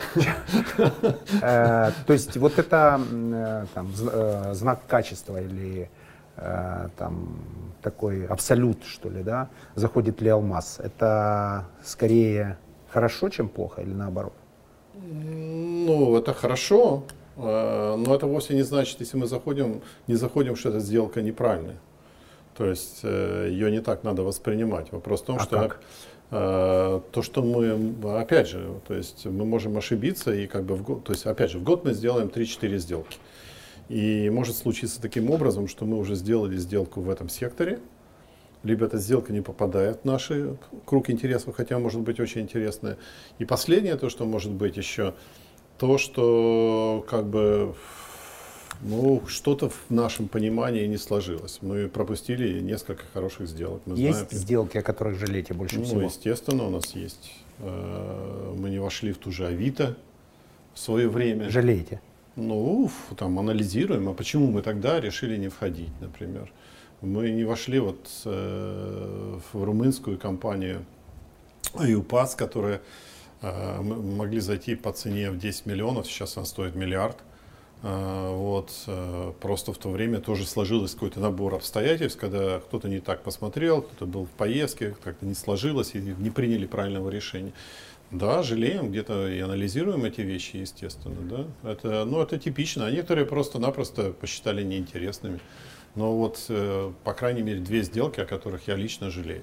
э, то есть вот это э, там, э, знак качества или э, там, такой абсолют, что ли, да, заходит ли алмаз. Это скорее хорошо, чем плохо или наоборот? Ну, это хорошо. Но это вовсе не значит, если мы заходим, не заходим, что эта сделка неправильная. То есть ее не так надо воспринимать. Вопрос в том, а что как? то, что мы, опять же, то есть мы можем ошибиться и как бы в год, то есть опять же в год мы сделаем три-четыре сделки. И может случиться таким образом, что мы уже сделали сделку в этом секторе, либо эта сделка не попадает в наш круг интересов, хотя может быть очень интересная. И последнее, то, что может быть еще, то, что как бы ну, что-то в нашем понимании не сложилось. Мы пропустили несколько хороших сделок. Мы есть знаем, сделки, о которых жалеете больше ну, всего? Естественно, у нас есть. Мы не вошли в ту же Авито в свое время. Жалеете? Ну, там анализируем, а почему мы тогда решили не входить, например. Мы не вошли вот в румынскую компанию ЮПАС, которая мы могли зайти по цене в десять миллионов, сейчас она стоит миллиард. Вот, просто в то время тоже сложилось какой-то набор обстоятельств, когда кто-то не так посмотрел, кто-то был в поездке, как-то не сложилось и не приняли правильного решения. Да, жалеем, где-то и анализируем эти вещи, естественно. Да? Это, ну, это типично, а некоторые просто-напросто посчитали неинтересными. Но вот, по крайней мере, две сделки, о которых я лично жалею.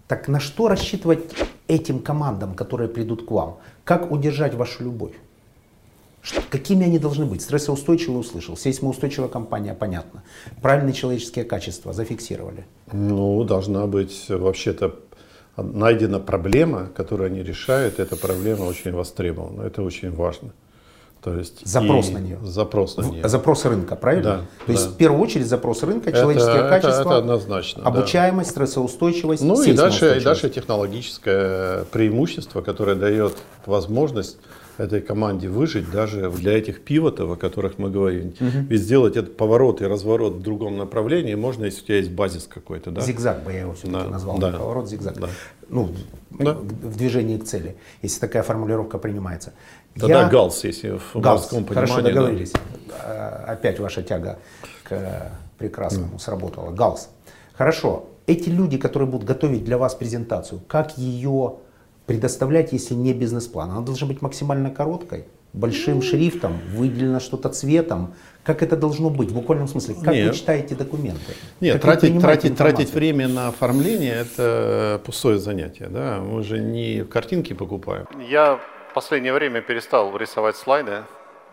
Так на что рассчитывать этим командам, которые придут к вам? Как удержать вашу любовь? Что, какими они должны быть? Стрессоустойчивый услышал, сейсмоустойчивая компания, понятно. Правильные человеческие качества зафиксировали. Ну, должна быть вообще-то найдена проблема, которую они решают. Эта проблема очень востребована. Это очень важно. То есть запрос на нее. Запрос на нее. Запрос рынка, правильно? Да, То да. есть в первую очередь запрос рынка, это, человеческие это, качества, это однозначно, обучаемость, да. стрессоустойчивость, ну и дальше, и дальше сейсмоустойчивость. технологическое преимущество, которое дает возможность этой команде выжить даже для этих пивотов, о которых мы говорим. Угу. Ведь сделать этот поворот и разворот в другом направлении можно, если у тебя есть базис какой-то. Да? Зигзаг бы я его все-таки да. назвал. Да. Поворот, зигзаг. Да. Ну, да. в движении к цели, если такая формулировка принимается. Тогда я... галс, если в морском понимании. Хорошо, договорились. Да. Опять ваша тяга к прекрасному mm. сработала. Галс. Хорошо. Эти люди, которые будут готовить для вас презентацию, как ее предоставлять, если не бизнес-план? Она должна быть максимально короткой, большим mm. шрифтом, выделено что-то цветом. Как это должно быть? В буквальном смысле, как Нет. вы читаете документы? Нет, тратить, тратить, тратить время на оформление — это пустое занятие. Да? Мы же не картинки покупаем. Я в последнее время перестал рисовать слайды,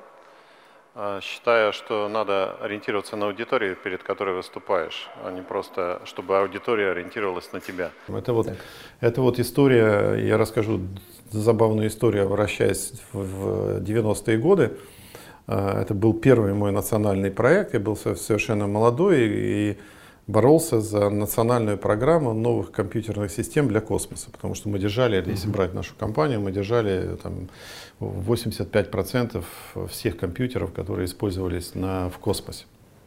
считая, что надо ориентироваться на аудиторию, перед которой выступаешь, а не просто, чтобы аудитория ориентировалась на тебя. Это вот, это вот история, я расскажу забавную историю, обращаясь в девяностые годы. Это был первый мой национальный проект, я был совершенно молодой и боролся за национальную программу новых компьютерных систем для космоса, потому что мы держали, если брать нашу компанию, мы держали там восемьдесят пять процентов всех компьютеров, которые использовались на, в космосе.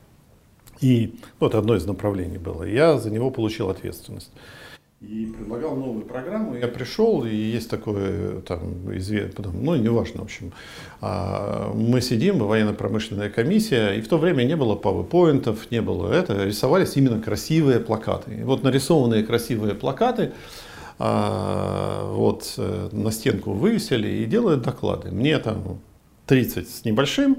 И ну, это одно из направлений было. Я за него получил ответственность. И предлагал новую программу. Я пришел, и есть такое, там, известно, ну, неважно, в общем. Мы сидим, военно-промышленная комиссия, и в то время не было пауэрпоинтов, не было это, рисовались именно красивые плакаты. И вот нарисованные красивые плакаты вот на стенку вывесили и делают доклады. Мне там тридцать с небольшим,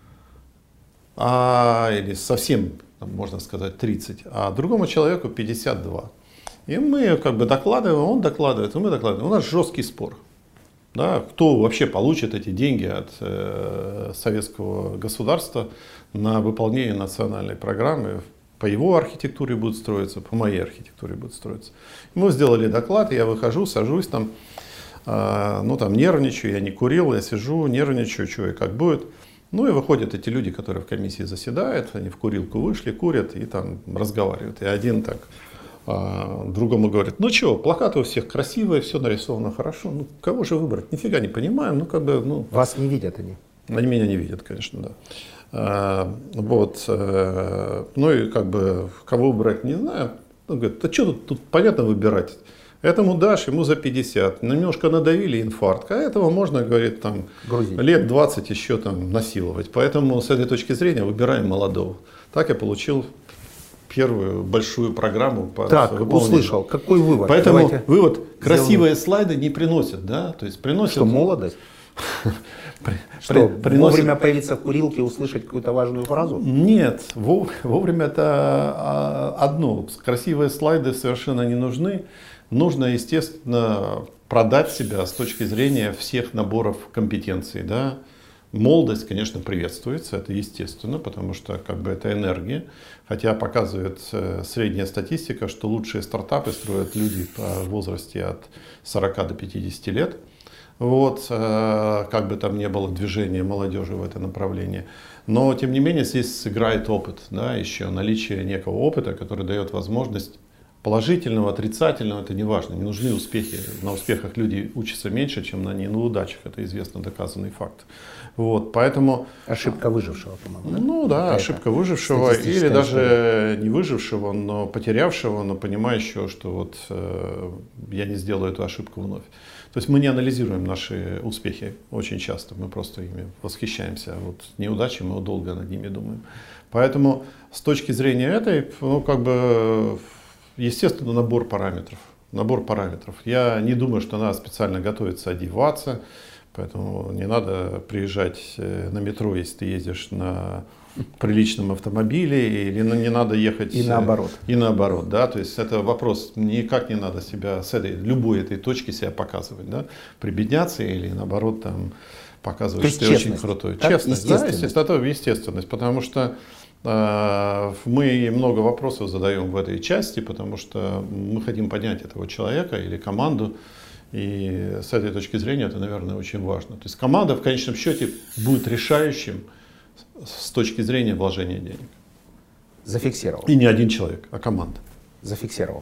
а, или совсем, можно сказать, тридцать, а другому человеку пятьдесят два. И мы как бы докладываем, он докладывает, и мы докладываем. У нас жесткий спор. Да, кто вообще получит эти деньги от э, советского государства на выполнение национальной программы. По его архитектуре будут строиться, по моей архитектуре будут строиться. Мы сделали доклад, я выхожу, сажусь там, э, ну там нервничаю, я не курил, я сижу, нервничаю, что и как будет. Ну и выходят эти люди, которые в комиссии заседают, они в курилку вышли, курят и там разговаривают. И один так... А другому говорит, ну что, плакаты у всех красивые, все нарисовано хорошо, ну кого же выбрать, нифига не понимаем, ну как бы, ну... Вас не видят они? Они меня не видят, конечно, да. А, вот, а, ну и как бы, кого выбрать, не знаю. Он говорит, да что тут, тут понятно выбирать, этому дашь, ему за пятьдесят, немножко надавили, инфаркт, а этого можно, говорит, там, грузить. Лет двадцать еще там насиловать, поэтому с этой точки зрения выбираем молодого. Так я получил первую большую программу по так, выполнению. Услышал. Какой вывод? Поэтому Давайте вывод, красивые сделаем. Слайды не приносят, да, то есть приносят... Что, молодость? Что, вовремя появиться в курилке и услышать какую-то важную фразу? Нет, вовремя это одно. Красивые слайды совершенно не нужны. Нужно, естественно, продать себя с точки зрения всех наборов компетенций, да. Молодость, конечно, приветствуется, это естественно, потому что как бы это энергия. Хотя показывает э, средняя статистика, что лучшие стартапы строят люди по возрасте от сорока до пятидесяти лет. Вот, э, как бы там ни было движения молодежи в это направление. Но, тем не менее, здесь играет опыт, да, еще наличие некого опыта, который дает возможность положительного, отрицательного, это не важно. Не нужны успехи. На успехах люди учатся меньше, чем на неудачах. Это известно доказанный факт. Вот, поэтому... Ошибка выжившего, по-моему. Да? Ну да, это ошибка выжившего или даже не выжившего, но потерявшего, но понимающего, что вот э, я не сделаю эту ошибку вновь. То есть мы не анализируем наши успехи очень часто, мы просто ими восхищаемся. А вот неудачи мы долго над ними думаем. Поэтому с точки зрения этой, ну как бы... Естественно, набор параметров. Набор параметров. Я не думаю, что надо специально готовиться, одеваться, Поэтому не надо приезжать на метро, если ты ездишь на приличном автомобиле, или не надо ехать... И наоборот. И наоборот, да, то есть это вопрос, никак не надо себя с этой, любой этой точки себя показывать, да, прибедняться или наоборот там показывать, что ты очень крутой. Честность, да, естественно, это естественность, потому что э, мы много вопросов задаем в этой части, потому что мы хотим понять этого человека или команду, и с этой точки зрения это, наверное, очень важно. То есть команда в конечном счете будет решающим с точки зрения вложения денег. Зафиксировал. И не один человек, а команда. Зафиксировал.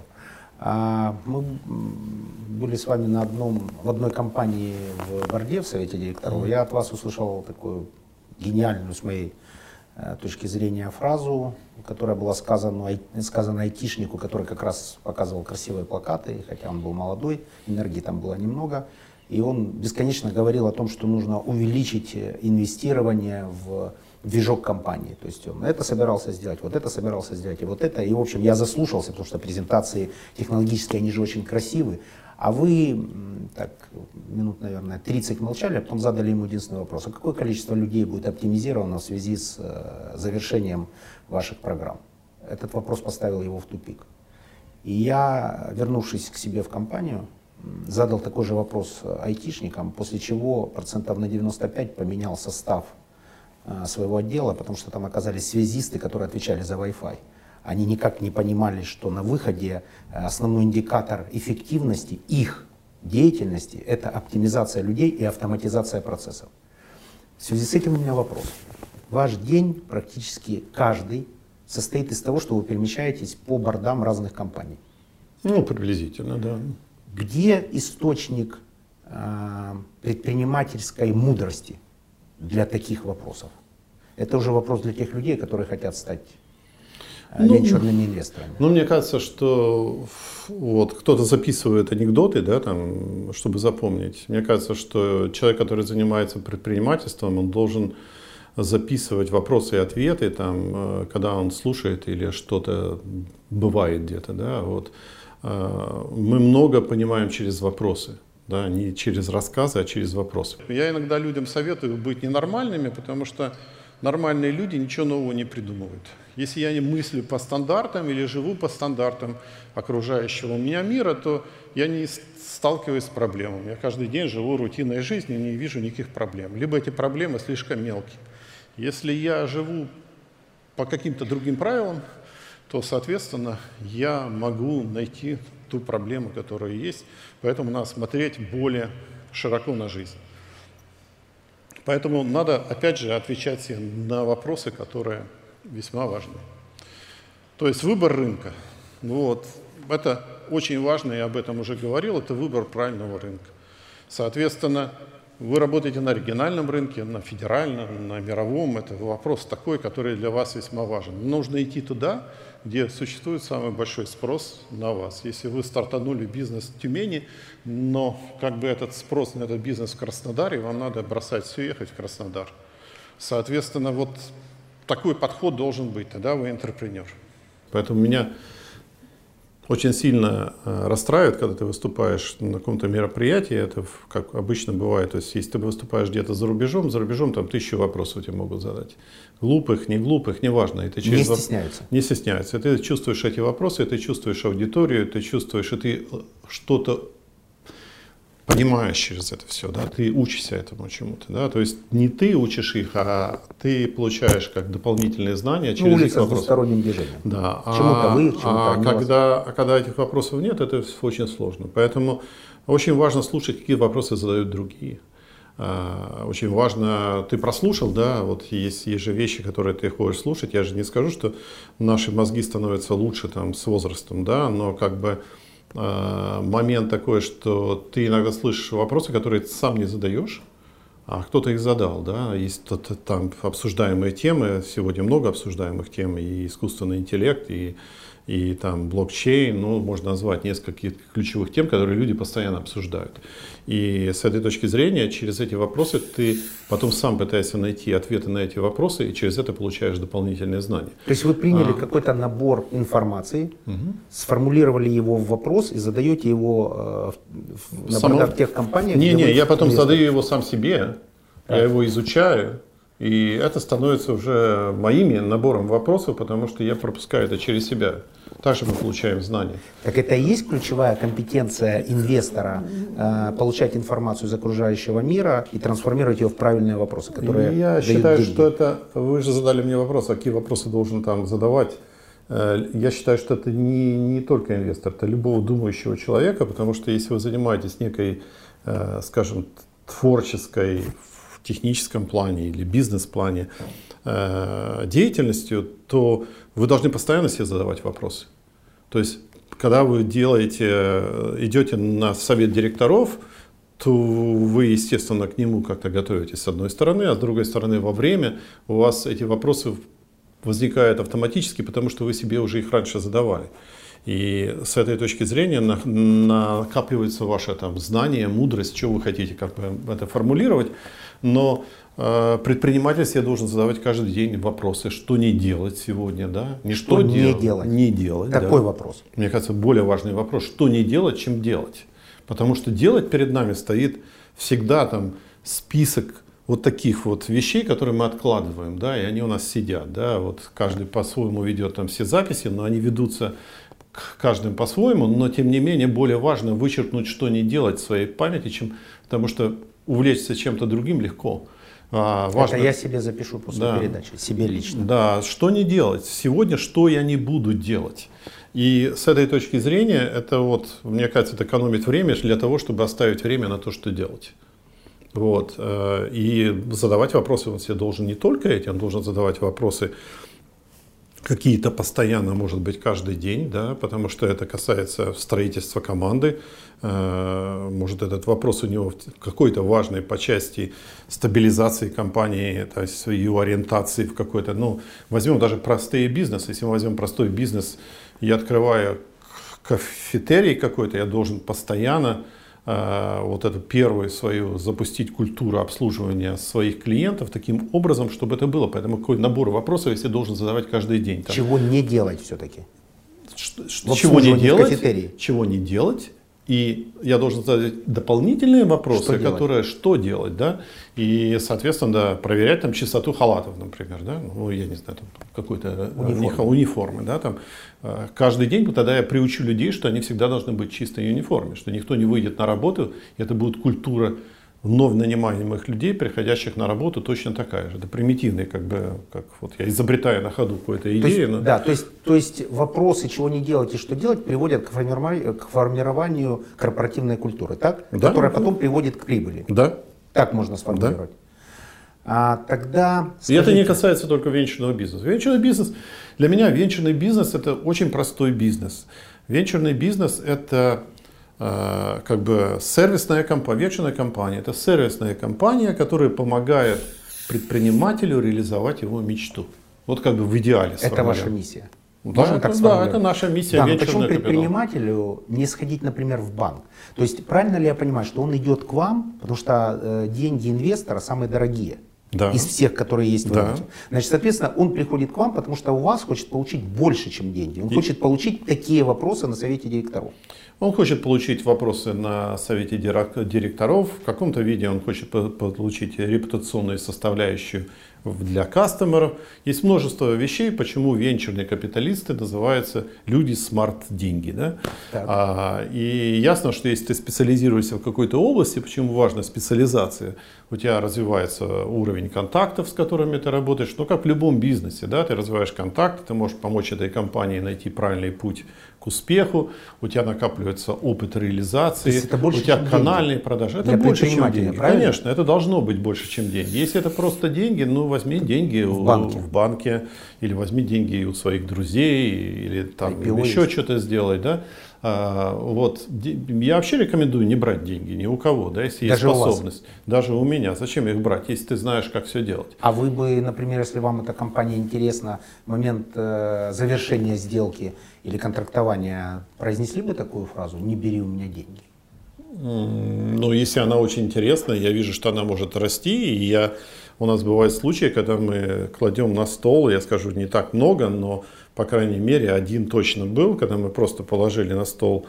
А, мы были с вами на одном, в одной компании в Борде, в совете директоров. Mm-hmm. Я от вас услышал такую гениальную, с моей э, точки зрения, фразу, которая была сказана, сказана айтишнику, который как раз показывал красивые плакаты, хотя он был молодой, энергии там было немного. И он бесконечно говорил о том, что нужно увеличить инвестирование в движок компании. То есть он это собирался сделать, вот это собирался сделать, и вот это. И, в общем, я заслушался, потому что презентации технологические, они же очень красивы. А вы, так, минут, наверное, тридцать молчали, а потом задали ему единственный вопрос. А какое количество людей будет оптимизировано в связи с э, завершением ваших программ? Этот вопрос поставил его в тупик. И я, вернувшись к себе в компанию, задал такой же вопрос айтишникам, после чего процентов на девяносто пять поменял состав своего отдела, потому что там оказались связисты, которые отвечали за Wi-Fi. Они никак не понимали, что на выходе основной индикатор эффективности их деятельности – это оптимизация людей и автоматизация процессов. В связи с этим у меня вопрос. Ваш день практически каждый состоит из того, что вы перемещаетесь по бордам разных компаний. Ну, приблизительно, да. Где источник э, предпринимательской мудрости для таких вопросов? Это уже вопрос для тех людей, которые хотят стать э, ну, венчурными инвесторами. Ну, мне кажется, что вот кто-то записывает анекдоты, да, там, чтобы запомнить. Мне кажется, что человек, который занимается предпринимательством, он должен записывать вопросы и ответы, там, когда он слушает или что-то бывает где-то, да, вот. Мы много понимаем через вопросы, да, не через рассказы, а через вопросы. Я иногда людям советую быть ненормальными, потому что нормальные люди ничего нового не придумывают. Если я не мыслю по стандартам или живу по стандартам окружающего меня мира, то я не сталкиваюсь с проблемами. Я каждый день живу рутинной жизнью и не вижу никаких проблем. Либо эти проблемы слишком мелкие. Если я живу по каким-то другим правилам, то, соответственно, я могу найти ту проблему, которая есть. Поэтому надо смотреть более широко на жизнь. Поэтому надо, опять же, отвечать себе на вопросы, которые весьма важны. То есть выбор рынка. Вот. Это очень важно, я об этом уже говорил, это выбор правильного рынка. Соответственно, вы работаете на региональном рынке, на федеральном, на мировом. Это вопрос такой, который для вас весьма важен. Нужно идти туда, где существует самый большой спрос на вас. Если вы стартанули бизнес в Тюмени, но как бы этот спрос на этот бизнес в Краснодаре, вам надо бросать все и ехать в Краснодар. Соответственно, вот такой подход должен быть, тогда вы энтерпренер. Поэтому меня очень сильно расстраивает, когда ты выступаешь на каком-то мероприятии, это как обычно бывает, то есть если ты выступаешь где-то за рубежом, за рубежом там тысячу вопросов тебе могут задать. Глупых, не глупых, неважно. И ты через... Не стесняются. Не стесняются. И ты чувствуешь эти вопросы, ты чувствуешь аудиторию, ты чувствуешь, и ты что-то понимаешь через это все, да, ты учишься этому чему-то, да, то есть не ты учишь их, а ты получаешь как дополнительные знания через ну, их вопросы. С двусторонним движением. Да. Чему-то вы, чему-то а, а когда, а когда этих вопросов нет, это очень сложно. Поэтому очень важно слушать, какие вопросы задают другие. Очень важно, ты прослушал, да, вот есть, есть же вещи, которые ты хочешь слушать. Я же не скажу, что наши мозги становятся лучше там с возрастом, да, но как бы момент такой, что ты иногда слышишь вопросы, которые ты сам не задаешь, а кто-то их задал, да, есть там обсуждаемые темы, сегодня много обсуждаемых тем, и искусственный интеллект, и, и там блокчейн, ну, можно назвать несколько ключевых тем, которые люди постоянно обсуждают. И с этой точки зрения, через эти вопросы ты потом сам пытаешься найти ответы на эти вопросы, и через это получаешь дополнительные знания. То есть вы приняли а. какой-то набор информации, угу. сформулировали его в вопрос и задаете его э, на Само... тех компаниях? Не-не, я потом задаю его сам себе, а. я его изучаю. И это становится уже моим набором вопросов, потому что я пропускаю это через себя. Также мы получаем знания. Так это и есть ключевая компетенция инвестора э, получать информацию из окружающего мира и трансформировать ее в правильные вопросы, которые Я дают считаю, деньги. что это... Вы же задали мне вопрос, а какие вопросы должен там задавать. Я считаю, что это не, не только инвестор, это любого думающего человека, потому что если вы занимаетесь некой, скажем, творческой, в техническом плане или бизнес-плане э, деятельностью, то вы должны постоянно себе задавать вопросы. То есть, когда вы делаете, идете на совет директоров, то вы, естественно, к нему как-то готовитесь с одной стороны, а с другой стороны, во время у вас эти вопросы возникают автоматически, потому что вы себе уже их раньше задавали. И с этой точки зрения накапливается ваше там знание, мудрость, что вы хотите как бы это формулировать. Но э, предприниматель себе должен задавать каждый день вопросы, что не делать сегодня, да? Не что, что не дел... делать. Не делать. Такой да. вопрос. Мне кажется, более важный вопрос, что не делать, чем делать. Потому что делать перед нами стоит всегда там список вот таких вот вещей, которые мы откладываем, да, и они у нас сидят, да, вот каждый по-своему ведет там все записи, но они ведутся к каждому по-своему, но тем не менее более важно вычеркнуть, что не делать в своей памяти, чем, потому что увлечься чем-то другим легко. А, важно, это я себе запишу после да, передачи, себе лично. Да, что не делать сегодня, что я не буду делать. И с этой точки зрения, это вот, мне кажется, это экономит время для того, чтобы оставить время на то, что делать. Вот. И задавать вопросы он себе должен не только эти, он должен задавать вопросы какие-то постоянно, может быть, каждый день, да, потому что это касается строительства команды. Может, этот вопрос у него какой-то важный по части стабилизации компании, то есть ее ориентации в какой-то, ну, возьмем даже простые бизнесы. Если мы возьмем простой бизнес, я открываю кафетерий какой-то, я должен постоянно вот эту первую свою запустить культуру обслуживания своих клиентов таким образом, чтобы это было. Поэтому какой набор вопросов я себе должен задавать каждый день. Там. Чего не делать все-таки? Чего не делать? Чего не делать? И я должен задать дополнительные вопросы, что которые делать? Что делать, да, и, соответственно, да, проверять там чистоту халатов, например, да, ну, я не знаю, там какой-то униформы. униформы, да, там, каждый день тогда я приучу людей, что они всегда должны быть в чистой униформе, что никто не выйдет на работу, и это будет культура вновь нанимаемых людей, приходящих на работу, точно такая же. Это примитивный, как бы, как вот я изобретаю на ходу какую-то идею. То есть, но... Да, то есть, то есть вопросы, чего не делать и что делать, приводят к формированию, к формированию корпоративной культуры, так? Да, которая да. потом приводит к прибыли. Да. Так можно сформулировать. Да. А тогда... Скажите... И это не касается только венчурного бизнеса. Венчурный бизнес, для меня венчурный бизнес это очень простой бизнес. Венчурный бизнес это как бы сервисная компания, венчурная компания. Это сервисная компания, которая помогает предпринимателю реализовать его мечту. Вот как бы в идеале. Это ваша миссия. Да, это, да, это наша миссия. Да, но почему предпринимателю не сходить, например, в банк? То есть правильно ли я понимаю, что он идет к вам, потому что э, деньги инвестора самые дорогие? Да. Из всех, которые есть в рынке. Да. Значит, соответственно, он приходит к вам, потому что у вас хочет получить больше, чем деньги. Он И... хочет получить такие вопросы на совете директоров. Он хочет получить вопросы на совете директоров. В каком-то виде он хочет получить репутационную составляющую для кастомеров. Есть множество вещей, почему венчурные капиталисты называются люди смарт-деньги. Да? А, и ясно, что если ты специализируешься в какой-то области, почему важна специализация, у тебя развивается уровень контактов, с которыми ты работаешь. Ну, как в любом бизнесе, да? Ты развиваешь контакты, ты можешь помочь этой компании найти правильный путь к успеху, у тебя накапливается опыт реализации, это больше, у тебя канальные деньги. Продажи. Это Для больше, чем деньги. Правильно? Конечно, это должно быть больше, чем деньги. Если это просто деньги, ну возьми деньги в, у, банке. в банке, или возьми деньги у своих друзей, или там или еще что-то сделай. Да? Вот. Я вообще рекомендую не брать деньги ни у кого, да, если есть Даже способность. У вас? Даже у меня. Зачем их брать, если ты знаешь, как все делать? А вы бы, например, если вам эта компания интересна, в момент э, завершения сделки или контрактования, произнесли бы такую фразу «не бери у меня деньги»? Ну, если она очень интересная, я вижу, что она может расти, и я, у нас бывают случаи, когда мы кладем на стол, я скажу, не так много, но, по крайней мере, один точно был, когда мы просто положили на стол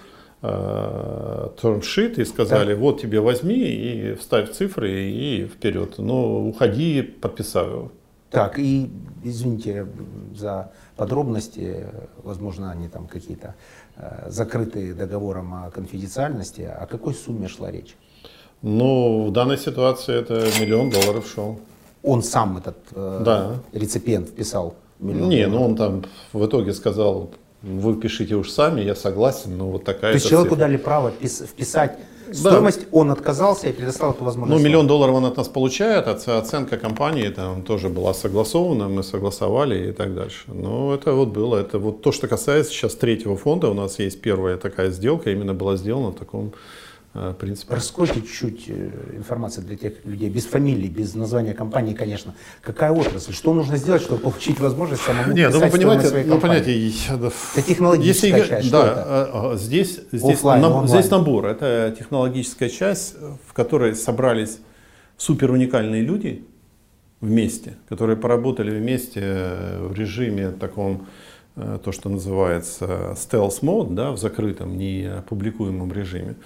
э, термшит и сказали, да. Вот тебе возьми и вставь цифры и вперед, но уходи, подписав его. Так, и извините за подробности, возможно, они там какие-то э, закрытые договором о конфиденциальности. О какой сумме шла речь? Ну, в данной ситуации это миллион долларов шел. Он сам, этот э, да. реципиент, вписал миллион Не, долларов? ну он там в итоге сказал, вы пишите уж сами, я согласен, но вот такая. То есть человеку дали право вписать стоимость, да. Он отказался и предоставил эту возможность. Ну, миллион долларов он от нас получает, оценка компании там тоже была согласована, мы согласовали и так дальше. Но это вот было, это вот то, что касается сейчас третьего фонда, у нас есть первая такая сделка, именно была сделана в таком э, принципе. Раскройте чуть-чуть информации для тех людей, без фамилии, без названия компании, конечно. Какая отрасль, что нужно сделать, чтобы получить возможность самому Нет, писать ну, стоимость своей ну, компании? понимаете, это технологическая если, часть, да, что это? Здесь, здесь, Оффлайн, на, здесь набор, это технологическая часть, в которой собрались супер уникальные люди вместе, которые поработали вместе в режиме таком, то, что называется stealth mode, да, в закрытом, не публикуемом режиме,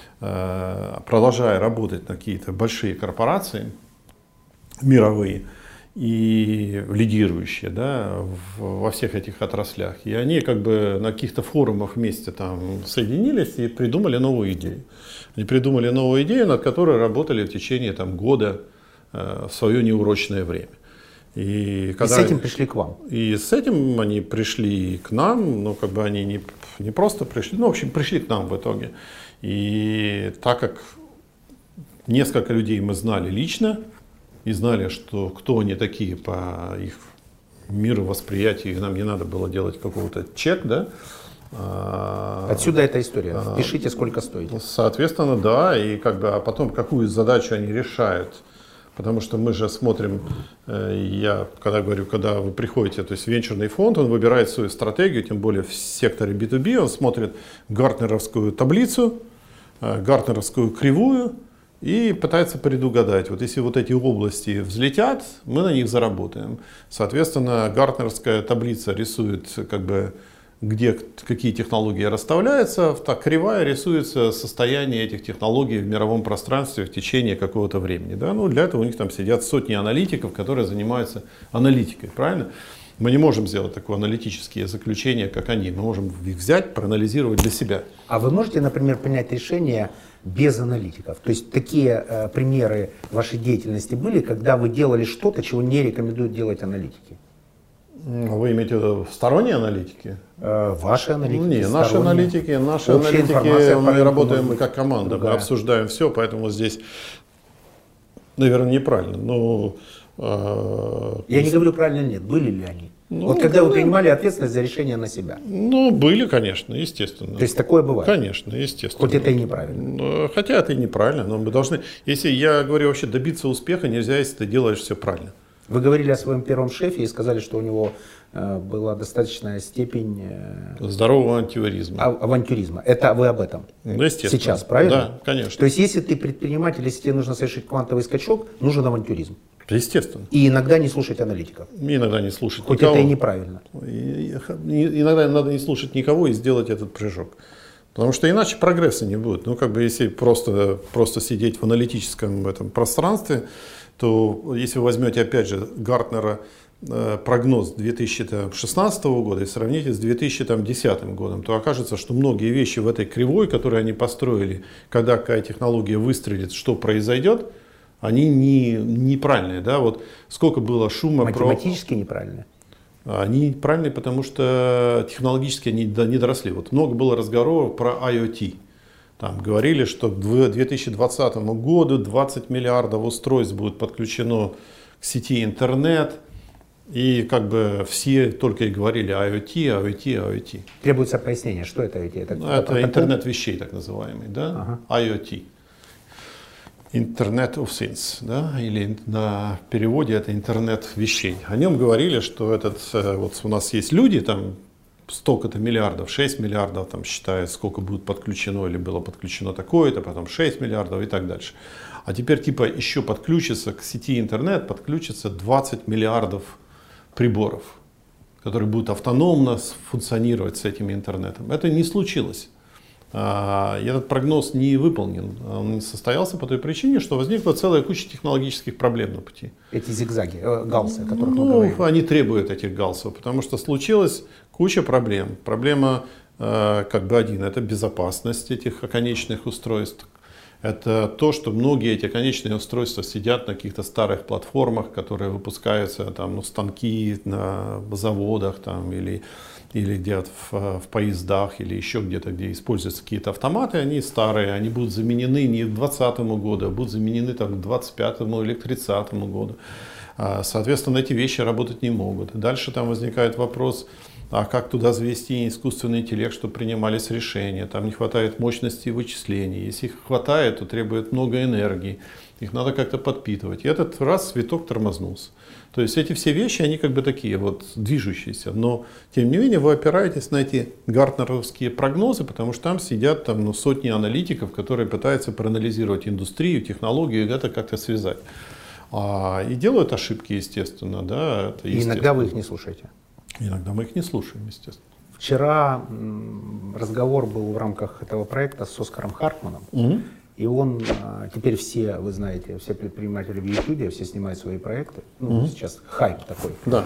продолжая работать на какие-то большие корпорации мировые и лидирующие, да, в, во всех этих отраслях. И они как бы на каких-то форумах вместе там соединились и придумали новую идею. Они придумали новую идею, над которой работали в течение там, года э, в свое неурочное время. И, когда, и с этим пришли к вам? И с этим они пришли к нам, ну как бы они не, не просто пришли, ну в общем пришли к нам в итоге. И так как несколько людей мы знали лично и знали, что кто они такие по их мировосприятию, нам не надо было делать какого-то чек, да. Отсюда эта история. Пишите, сколько стоит. Соответственно, да, и как бы, а потом какую задачу они решают. Потому что мы же смотрим, я когда говорю, когда вы приходите, то есть венчурный фонд, он выбирает свою стратегию, тем более в секторе би ту би, он смотрит гартнеровскую таблицу, гартнеровскую кривую и пытается предугадать. Вот если вот эти области взлетят, мы на них заработаем. Соответственно, гартнеровская таблица рисует как бы где какие технологии расставляются, так кривая рисуется состояние этих технологий в мировом пространстве в течение какого-то времени. Да? Ну, для этого у них там сидят сотни аналитиков, которые занимаются аналитикой, правильно? Мы не можем сделать такое аналитические заключения, как они. Мы можем их взять, проанализировать для себя. А вы можете, например, принять решение без аналитиков? То есть такие э, примеры вашей деятельности были, когда вы делали что-то, чего не рекомендуют делать аналитики? Вы имеете в виду сторонние аналитики? Э, ваши аналитики? Не, наши аналитики, наши аналитики, мы работаем как команда, другая. Мы обсуждаем все, поэтому здесь, наверное, неправильно. Но, э, Я не говорю правильно, нет. Были ли они? Ну, вот когда да. вы принимали ответственность за решение на себя? Ну, были, конечно, естественно. То есть такое бывает? Конечно, естественно. Хоть это и неправильно? Хотя это и неправильно, но мы должны, если я говорю вообще добиться успеха, нельзя, если ты делаешь все правильно. Вы говорили о своем первом шефе и сказали, что у него э, была достаточная степень э, здорового авантюризма. А, авантюризма. Это вы об этом? Ну, естественно. Сейчас, правильно? Да, конечно. То есть, если ты предприниматель, если тебе нужно совершить квантовый скачок, нужен авантюризм. Естественно. И иногда не слушать аналитиков. И иногда не слушать Хоть никого. это и неправильно. И, и, иногда надо не слушать никого и сделать этот прыжок. Потому что иначе прогресса не будет. Ну, как бы, если просто, просто сидеть в аналитическом этом пространстве, то если вы возьмете, опять же, Гартнера э, прогноз две тысячи шестнадцатого года и сравните с две тысячи десятым годом, то окажется, что многие вещи в этой кривой, которые они построили, когда какая технология выстрелит, что произойдет, они не, неправильные. Да? Вот сколько было шума математически про... неправильные? Они неправильные, потому что технологически они не доросли. Вот много было разговоров про IoT. Там говорили, что к две тысячи двадцатому году двадцать миллиардов устройств будет подключено к сети интернет. И как бы все только и говорили IoT, IoT, IoT. Требуется пояснение, что это IoT? Это, ну, это интернет вещей, так называемый, да? Ага. IoT. Internet of Things, да? Или на переводе это интернет вещей. О нем говорили, что этот, вот у нас есть люди, там столько-то миллиардов, шесть миллиардов, там считают, сколько будет подключено или было подключено такое-то, потом шесть миллиардов и так дальше. А теперь типа еще подключится к сети интернет, подключится двадцать миллиардов приборов, которые будут автономно функционировать с этим интернетом. Это не случилось. И этот прогноз не выполнен. Он не состоялся по той причине, что возникла целая куча технологических проблем на пути. Эти зигзаги, э, галсы, о которых ну, мы говорим. Они требуют этих галсов, потому что случилась куча проблем. Проблема э, как бы один, это безопасность этих оконечных устройств. Это то, что многие эти конечные устройства сидят на каких-то старых платформах, которые выпускаются, там, ну, станки на заводах там, или, или где-то в, в поездах, или еще где-то, где используются какие-то автоматы, они старые, они будут заменены не к двадцатому году, а будут заменены там, к двадцать пятому или к тридцатому году. Соответственно, эти вещи работать не могут. Дальше там возникает вопрос, а как туда завести искусственный интеллект, чтобы принимались решения. Там не хватает мощности вычислений. Если их хватает, то требует много энергии. Их надо как-то подпитывать. И этот раз виток тормознулся. То есть эти все вещи, они как бы такие вот движущиеся. Но тем не менее вы опираетесь на эти гартнеровские прогнозы, потому что там сидят там, ну, сотни аналитиков, которые пытаются проанализировать индустрию, технологию и это как-то связать. А, и делают ошибки, естественно. Да, это естественно. И иногда вы их не слушаете. Иногда мы их не слушаем, естественно. Вчера разговор был в рамках этого проекта с Оскаром Хартманом. Угу. И он, теперь все, вы знаете, все предприниматели в Ютубе, все снимают свои проекты. Ну, угу. Сейчас хайп такой. Да.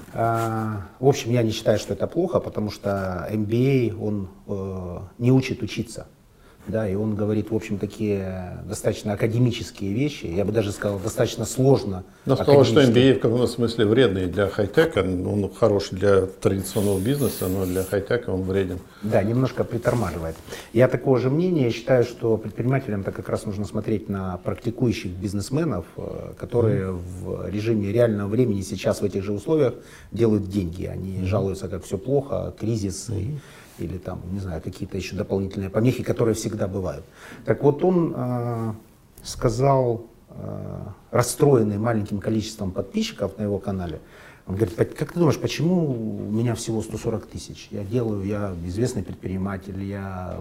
А, в общем, я не считаю, что это плохо, потому что эм би эй, он э, не учит учиться. Да, и он говорит, в общем, такие достаточно академические вещи, я бы даже сказал, достаточно сложно. Но сказал, что эм би эй в каком-то смысле вредный для хай-тека, он хорош для традиционного бизнеса, но для хай-тека он вреден. Да, немножко притормаживает. Я такого же мнения, я считаю, что предпринимателям-то как раз нужно смотреть на практикующих бизнесменов, которые mm-hmm. в режиме реального времени сейчас в этих же условиях делают деньги. Они mm-hmm. жалуются, как все плохо, кризис mm-hmm. и или там, не знаю, какие-то еще дополнительные помехи, которые всегда бывают. Так вот, он э, сказал, э, расстроенный маленьким количеством подписчиков на его канале, он говорит, как ты думаешь, почему у меня всего сто сорок тысяч? Я делаю, я известный предприниматель, я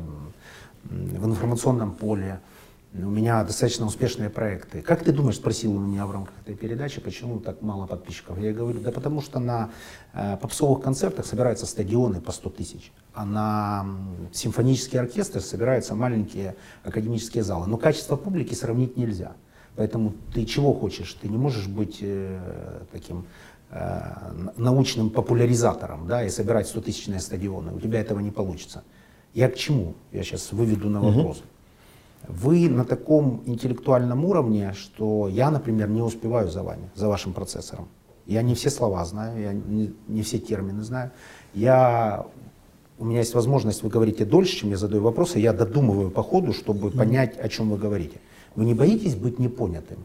в информационном поле, у меня достаточно успешные проекты. Как ты думаешь, спросил он меня в рамках этой передачи, почему так мало подписчиков? Я говорю, да потому что на э, попсовых концертах собираются стадионы по сто тысяч, а на э, симфонические оркестры собираются маленькие академические залы. Но качество публики сравнить нельзя. Поэтому ты чего хочешь? Ты не можешь быть э, таким э, научным популяризатором, да, и собирать стотысячные стадионы. У тебя этого не получится. Я к чему? Я сейчас выведу на вопрос. Угу. Вы на таком интеллектуальном уровне, что я, например, не успеваю за вами, за вашим процессором. Я не все слова знаю, я не, не все термины знаю. Я, у меня есть возможность, вы говорите дольше, чем я задаю вопросы, я додумываю по ходу, чтобы mm-hmm. понять, о чем вы говорите. Вы не боитесь быть непонятым?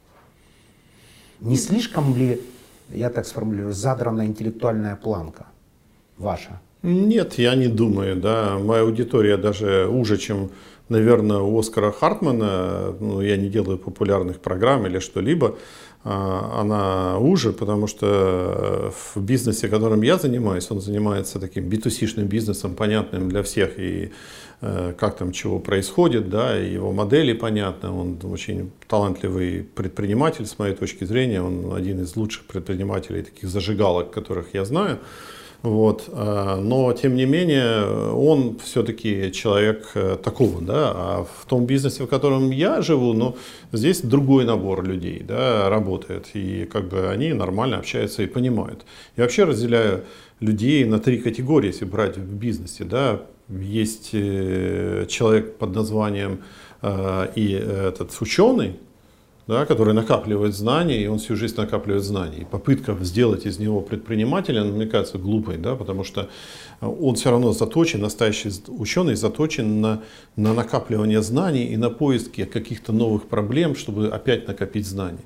Не слишком ли, я так сформулирую, задрана интеллектуальная планка ваша? Нет, я не думаю. Да. Моя аудитория даже уже, чем, наверное, у Оскара Хартмана. Ну, я не делаю популярных программ или что-либо. Она уже, потому что в бизнесе, которым я занимаюсь, он занимается таким би ту си-шным бизнесом, понятным для всех, и как там чего происходит, да, и его модели понятны. Он очень талантливый предприниматель, с моей точки зрения. Он один из лучших предпринимателей, таких зажигалок, которых я знаю. Вот. Но, тем не менее, он все-таки человек такого, да, а в том бизнесе, в котором я живу, ну, здесь другой набор людей, да, работает, и как бы они нормально общаются и понимают. Я вообще разделяю людей на три категории, если брать в бизнесе, да. Есть человек под названием и этот ученый, да, который накапливает знания, и он всю жизнь накапливает знания. И попытка сделать из него предпринимателя, мне кажется, глупой, да, потому что он все равно заточен, настоящий ученый заточен на, на накапливание знаний и на поиски каких-то новых проблем, чтобы опять накопить знания.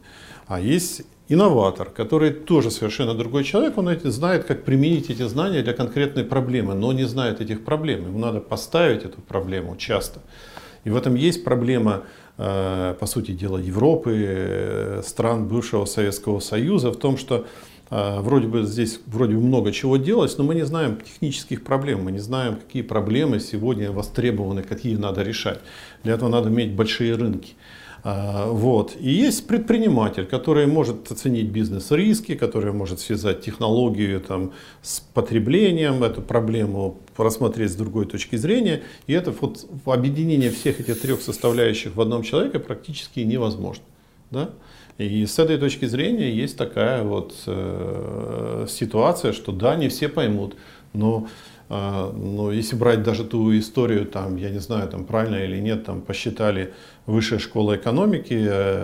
А есть инноватор, который тоже совершенно другой человек, он знает, как применить эти знания для конкретной проблемы, но не знает этих проблем. Ему надо поставить эту проблему часто. И в этом есть проблема, по сути дела, Европы, стран бывшего Советского Союза, в том, что вроде бы здесь вроде бы много чего делать, но мы не знаем технических проблем, мы не знаем, какие проблемы сегодня востребованы, какие надо решать. Для этого надо иметь большие рынки. Вот. И есть предприниматель, который может оценить бизнес-риски, который может связать технологию там, с потреблением, эту проблему рассмотреть с другой точки зрения. И это вот объединение всех этих трех составляющих в одном человеке практически невозможно. Да? И с этой точки зрения есть такая вот э, ситуация, что да, не все поймут, но Но если брать даже ту историю, там, я не знаю, там, правильно или нет, там, посчитали Высшая школа экономики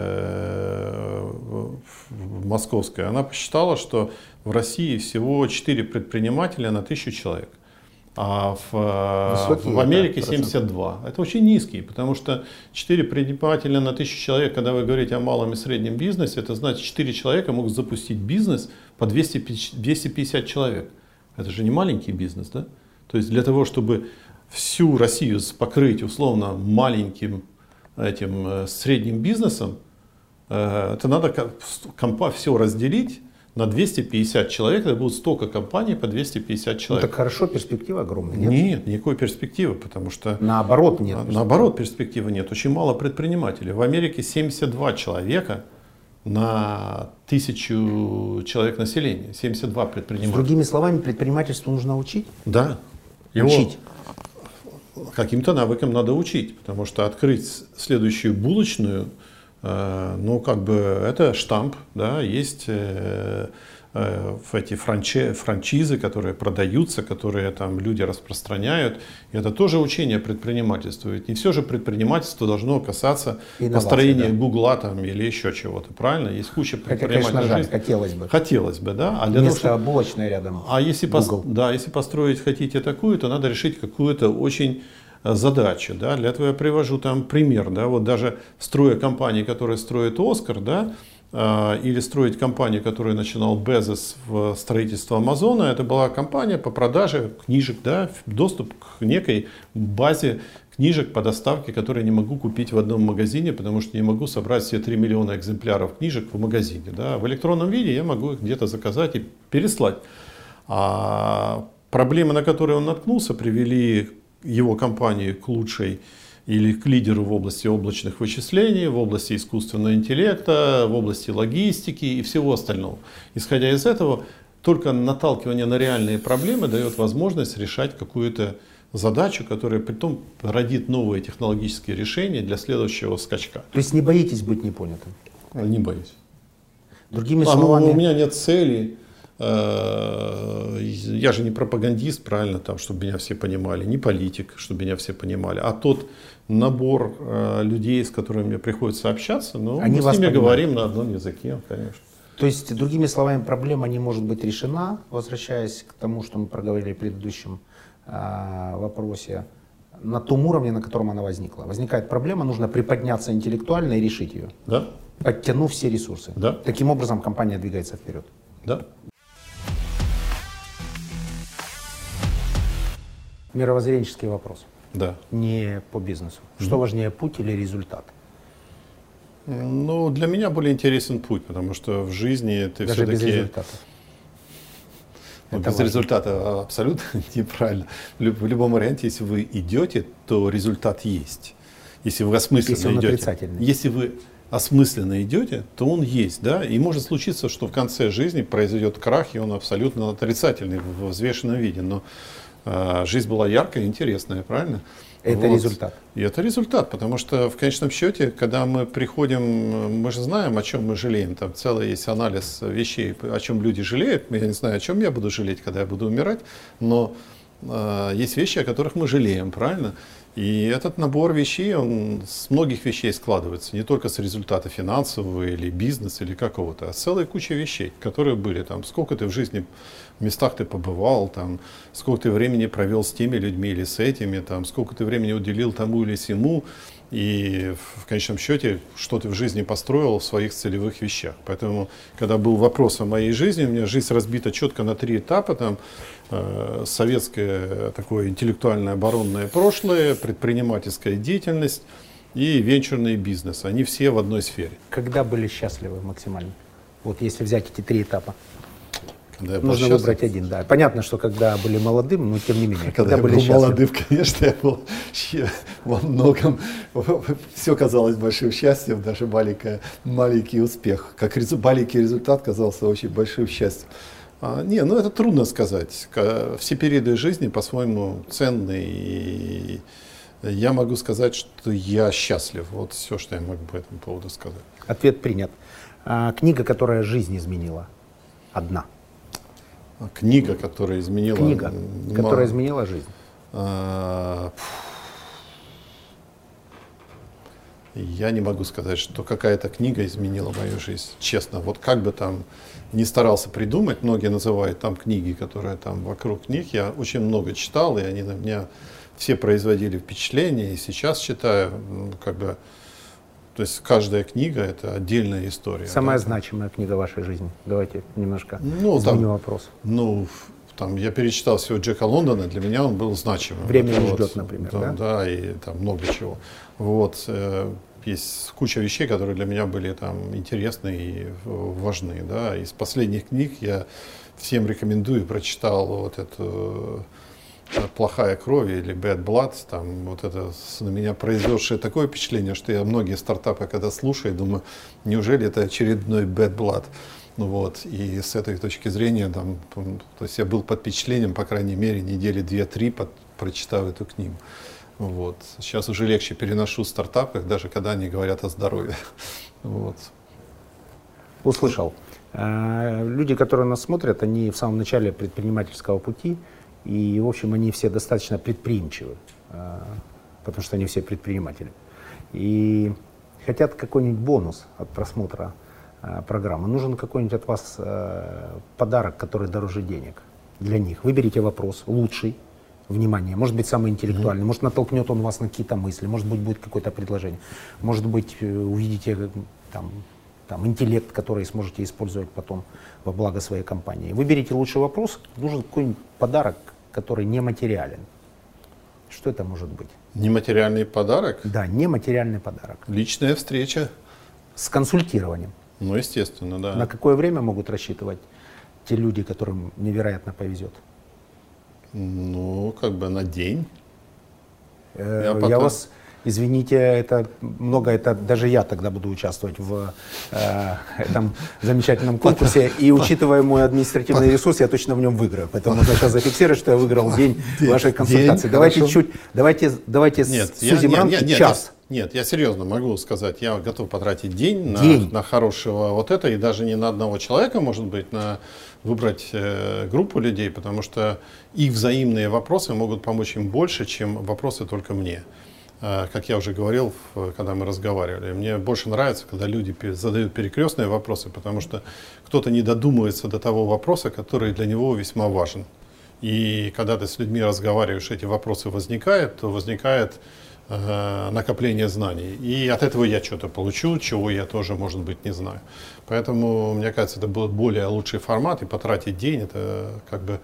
э, московская, она посчитала, что в России всего четыре предпринимателя на тысячу человек, а в, Высокий, в Америке семьдесят два. Это очень низкий, потому что четыре предпринимателя на тысячу человек, когда вы говорите о малом и среднем бизнесе, это значит четыре человека могут запустить бизнес по двести пятьдесят человек. Это же не маленький бизнес, да? То есть для того, чтобы всю Россию покрыть условно маленьким этим средним бизнесом, это надо все разделить на двести пятьдесят человек, это будут столько компаний по двести пятьдесят человек. Ну, так хорошо, перспектива огромная, нет? Нет, никакой перспективы, потому что... Наоборот нет. Перспективы. Наоборот перспективы нет, очень мало предпринимателей. В Америке семьдесят два человека на тысячу человек населения, семьдесят два предпринимателя. С другими словами, предпринимательству нужно учить? Да. Его учить. Каким-то навыкам надо учить, потому что открыть следующую булочную, э, ну как бы это штамп, да, есть э, э, эти франчи, франчизы, которые продаются, которые там люди распространяют, и это тоже учение предпринимательства. Ведь не все же предпринимательство должно касаться инновации, построения да. Гугла там или еще чего-то, правильно? Есть куча предпринимательства. Хотя, конечно, жаль, хотелось бы. Хотелось бы, да. А для Вместо того, чтобы... булочной рядом. А если, пос... да, если построить хотите такую, то надо решить какую-то очень задачу. Да. Для этого я привожу там пример. Да. Вот даже строя компании, которая строит Оскар, да, или строить компанию, которую начинал Безос в строительство Амазона, это была компания по продаже книжек, да, доступ к некой базе книжек по доставке, которые я не могу купить в одном магазине, потому что не могу собрать все три миллиона экземпляров книжек в магазине. Да. В электронном виде я могу их где-то заказать и переслать. А проблемы, на которые он наткнулся, привели его компанию к лучшей или к лидеру в области облачных вычислений, в области искусственного интеллекта, в области логистики и всего остального. Исходя из этого, только наталкивание на реальные проблемы дает возможность решать какую-то задачу, которая притом родит новые технологические решения для следующего скачка. То есть не боитесь быть непонятым? Не боюсь. Другими а, словами... ну, у меня нет цели. Я же не пропагандист, правильно, там, чтобы меня все понимали, не политик, чтобы меня все понимали, а тот набор людей, с которыми мне приходится общаться, ну, Они мы с ними понимают. Говорим на одном языке, конечно. То есть, другими словами, проблема не может быть решена, возвращаясь к тому, что мы проговорили в предыдущем э, вопросе, на том уровне, на котором она возникла. Возникает проблема, нужно приподняться интеллектуально и решить ее, да? подтянув все ресурсы. Да. Таким образом, компания двигается вперед. Да. Мировоззренческий вопрос. Да. Не по бизнесу. Mm-hmm. Что важнее, путь или результат? Ну, для меня более интересен путь, потому что в жизни ты Даже все-таки... без результата. Ну, без важно. Результата абсолютно неправильно. В любом варианте, если вы идете, то результат есть. Если вы осмысленно если он идете. Отрицательный. Если вы осмысленно идете, то он есть, да, и может случиться, что в конце жизни произойдет крах, и он абсолютно отрицательный в взвешенном виде, но э, жизнь была яркая и интересная, правильно? Это вот. Результат. И это результат, потому что в конечном счете, когда мы приходим, мы же знаем, о чем мы жалеем, там целый есть анализ вещей, о чем люди жалеют, я не знаю, о чем я буду жалеть, когда я буду умирать, но э, есть вещи, о которых мы жалеем, правильно? И этот набор вещей, он с многих вещей складывается, не только с результата финансового или бизнеса или какого-то, а с целой кучей вещей, которые были там, сколько ты в жизни, в местах ты побывал, там, сколько ты времени провел с теми людьми или с этими, там, сколько ты времени уделил тому или сему, И в конечном счете, что ты в жизни построил в своих целевых вещах. Поэтому, когда был вопрос о моей жизни, у меня жизнь разбита четко на три этапа. Там, э, советское такое интеллектуальное оборонное прошлое, предпринимательская деятельность и венчурный бизнес. Они все в одной сфере. Когда были счастливы максимально? Вот если взять эти три этапа. Когда я был Нужно счастлив. выбрать один, да. Понятно, что когда были молодым, но тем не менее. Когда, когда я были был счастливы. молодым, конечно, я был во многом, все казалось большим счастьем, даже маленькая, маленький успех. Как резу, маленький результат казался очень большим счастьем. А, не, ну это трудно сказать. Все периоды жизни по-своему ценны. И я могу сказать, что я счастлив. Вот все, что я могу по этому поводу сказать. Ответ принят. А, книга, которая жизнь изменила. Одна. Книга, которая изменила... Книга, м- которая изменила жизнь. А, Я не могу сказать, что какая-то книга изменила мою жизнь. Честно, вот как бы там ни старался придумать, многие называют там книги, которые там вокруг них. Я очень много читал, и они на меня все производили впечатление. И сейчас читаю, ну, как бы, то есть каждая книга — это отдельная история. Самая да? значимая книга вашей жизни. Давайте немножко Ну, изменю там, вопрос. Ну, там, я перечитал всего Джека Лондона, для меня он был значимым. «Время не вот, ждет», например, да? да? Да, и там много чего. Вот, э, есть куча вещей, которые для меня были там интересны и важны. Да? Из последних книг я всем рекомендую, прочитал вот эту «Плохая кровь» или «Bad Blood». Там, вот это на меня произведшее такое впечатление, что я многие стартапы, когда слушаю, думаю, неужели это очередной «Bad Blood». Ну вот, и с этой точки зрения, там, то есть я был под впечатлением, по крайней мере, недели две-три, прочитав эту книгу. Вот. Сейчас уже легче переношу в стартапах, даже когда они говорят о здоровье. Вот. Услышал. Люди, которые нас смотрят, они в самом начале предпринимательского пути, и, в общем, они все достаточно предприимчивы, потому что они все предприниматели. И хотят какой-нибудь бонус от просмотра программы. Нужен какой-нибудь от вас э, подарок, который дороже денег для них. Выберите вопрос лучший, внимание, может быть самый интеллектуальный, mm-hmm. может натолкнет он вас на какие-то мысли, может быть будет какое-то предложение, может быть увидите там, там, интеллект, который сможете использовать потом во благо своей компании. Выберите лучший вопрос, нужен какой-нибудь подарок, который нематериален. Что это может быть? Нематериальный подарок? Да, нематериальный подарок. Личная встреча. С консультированием. Ну, естественно, да. На какое время могут рассчитывать те люди, которым невероятно повезет? Ну, как бы на день. Э, я я пока... вас, извините, это много, это даже я тогда буду участвовать в э, этом замечательном конкурсе. И учитывая мой административный ресурс, я точно в нем выиграю. Поэтому нужно сейчас зафиксировать, что я выиграл день вашей консультации. Давайте чуть, давайте, давайте сузим рамки час. Нет, я серьезно могу сказать, я готов потратить день, день. На, на хорошего вот это, и даже не на одного человека, может быть, на выбрать э, группу людей, потому что их взаимные вопросы могут помочь им больше, чем вопросы только мне. Э, как я уже говорил, в, когда мы разговаривали, мне больше нравится, когда люди задают перекрестные вопросы, потому что кто-то не додумывается до того вопроса, который для него весьма важен. И когда ты с людьми разговариваешь, эти вопросы возникают, то возникает накопление знаний. И от этого я что-то получу, чего я тоже, может быть, не знаю. Поэтому, мне кажется, это был более лучший формат, и потратить день — это как бы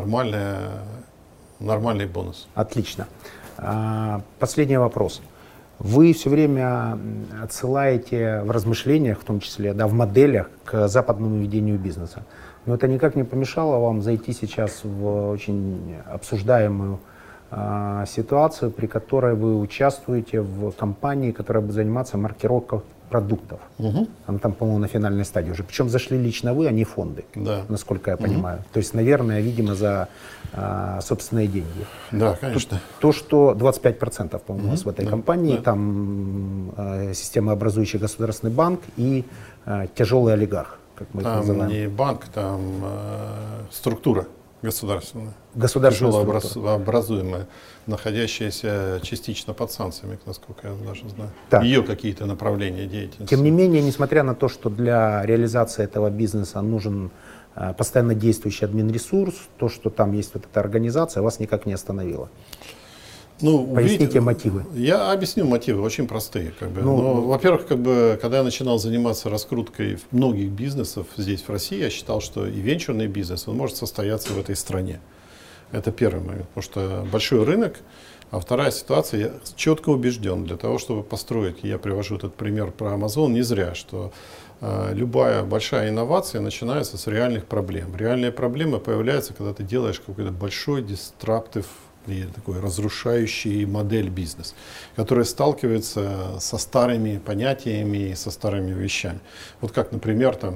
нормальный бонус. Отлично. Последний вопрос. Вы все время отсылаете в размышлениях, в том числе, да, в моделях, к западному ведению бизнеса. Но это никак не помешало вам зайти сейчас в очень обсуждаемую ситуацию, при которой вы участвуете в компании, которая будет заниматься маркировкой продуктов. Угу. Она там, по-моему, на финальной стадии уже. Причем зашли лично вы, а не фонды, да. насколько я угу. понимаю. То есть, наверное, видимо, за а, собственные деньги. Да, конечно. То, то что двадцать пять процентов, по-моему, угу. у вас в этой да. компании, да. там а, системообразующий государственный банк и а, тяжелый олигарх, как мы там их называем. Не банк, там а, структура государственная. Государственная тяжелообразуемая, находящаяся частично под санкциями, насколько я даже знаю. Так. Ее какие-то направления деятельности. Тем не менее, несмотря на то, что для реализации этого бизнеса нужен а, постоянно действующий админресурс, то, что там есть вот эта организация, вас никак не остановило. Ну, Поясните видите, мотивы. Я объясню мотивы, очень простые. Как бы. Ну, Но, во-первых, как бы, когда я начинал заниматься раскруткой многих бизнесов здесь, в России, я считал, что и венчурный бизнес он может состояться в этой стране. Это первый момент, потому что большой рынок. А вторая ситуация, я четко убежден, для того, чтобы построить, я привожу этот пример про Amazon, не зря, что э, любая большая инновация начинается с реальных проблем. Реальные проблемы появляются, когда ты делаешь какой-то большой дистраптив, и такой разрушающий модель бизнес, которая сталкивается со старыми понятиями, со старыми вещами. Вот как, например, там,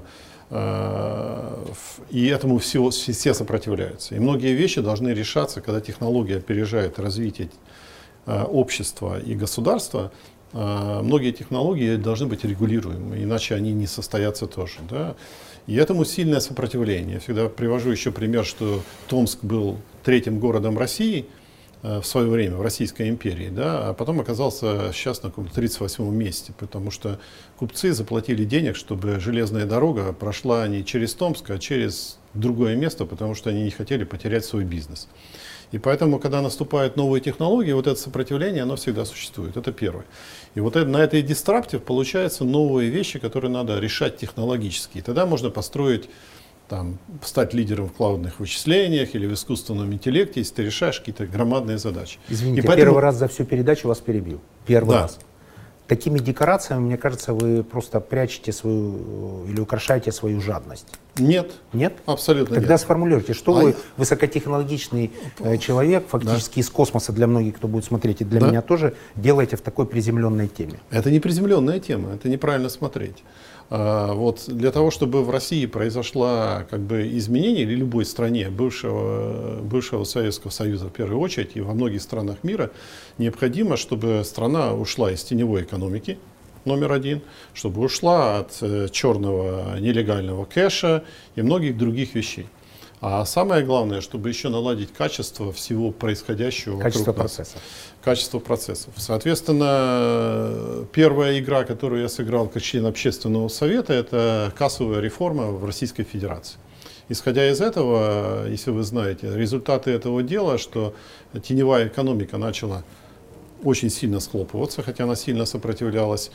э, и этому все, все сопротивляются. И многие вещи должны решаться, когда технология опережает развитие э, общества и государства. Э, многие технологии должны быть регулируемы, иначе они не состоятся тоже. Да? И этому сильное сопротивление. Я всегда привожу еще пример, что Томск был третьим городом России э, в свое время, в Российской империи, да, а потом оказался сейчас на каком-то тридцать восьмом месте, потому что купцы заплатили денег, чтобы железная дорога прошла не через Томск, а через другое место, потому что они не хотели потерять свой бизнес. И поэтому, когда наступают новые технологии, вот это сопротивление, оно всегда существует. Это первое. И вот это, на этой дистрапте получаются новые вещи, которые надо решать технологически. И тогда можно построить, там, стать лидером в клаудных вычислениях или в искусственном интеллекте, если ты решаешь какие-то громадные задачи. Извините, и поэтому... первый раз за всю передачу вас перебил. Первый да. раз. Такими декорациями, мне кажется, вы просто прячете свою или украшаете свою жадность. Нет. Нет? Абсолютно Тогда нет. сформулируйте, что А вы я... высокотехнологичный э, человек, фактически да. из космоса для многих, кто будет смотреть, и для да. меня тоже, делаете в такой приземленной теме. Это не приземленная тема, это неправильно смотреть. А, вот для того, чтобы в России произошло как бы изменение, или любой стране бывшего, бывшего Советского Союза в первую очередь, и во многих странах мира, необходимо, чтобы страна ушла из теневой экономики, номер один, чтобы ушла от э, черного нелегального кэша и многих других вещей. А самое главное, чтобы еще наладить качество всего происходящего качество вокруг нас. процессов. Качество процессов. Соответственно, первая игра, которую я сыграл как член общественного совета, это кассовая реформа в Российской Федерации. Исходя из этого, если вы знаете, результаты этого дела, что теневая экономика начала очень сильно схлопываться, хотя она сильно сопротивлялась.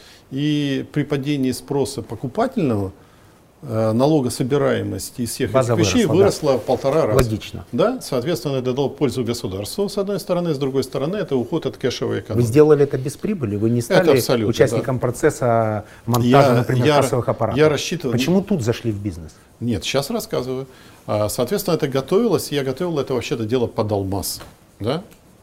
И при падении спроса покупательного э, налогособираемость из всех База этих вещей выросла, выросла да. в полтора раза. Логично. Да? Соответственно, это дало пользу государству, с одной стороны, с другой стороны, это уход от кэшевой экономики. Вы сделали это без прибыли? Вы не стали участником да. процесса монтажа, я, например, я, кассовых аппаратов? Я рассчитывал... Почему тут зашли в бизнес? Нет, сейчас рассказываю. Соответственно, это готовилось, я готовил это вообще-то дело под Алмаз. Да?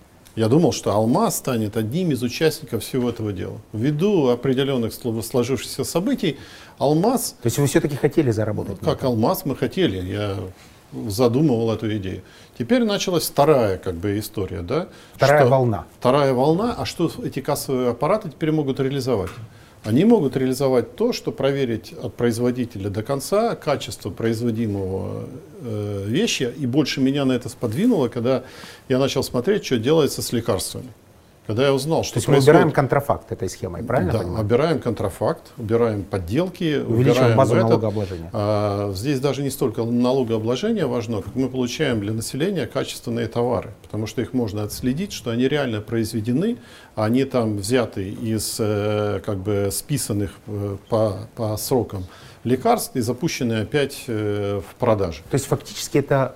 Я думал, что Алмаз станет одним из участников всего этого дела. Ввиду определенных сложившихся событий, Алмаз... То есть вы все-таки хотели заработать? Как Алмаз мы хотели, я задумывал эту идею. Теперь началась вторая как бы история. Да? Вторая что, волна. Вторая волна, а что эти кассовые аппараты теперь могут реализовать? Они могут реализовать то, что проверить от производителя до конца качество производимого э, вещи. И больше меня на это сподвинуло, когда я начал смотреть, что делается с лекарствами. Когда я узнал, что То есть происходит... мы убираем контрафакт этой схемой, правильно Да, понимаю? убираем контрафакт, убираем подделки. Увеличиваем базу этот. налогообложения. А, здесь даже не столько налогообложение важно, как мы получаем для населения качественные товары. Потому что их можно отследить, что они реально произведены, а они там взяты из э, как бы списанных э, по, по срокам лекарств и запущены опять э, в продажу. То есть фактически это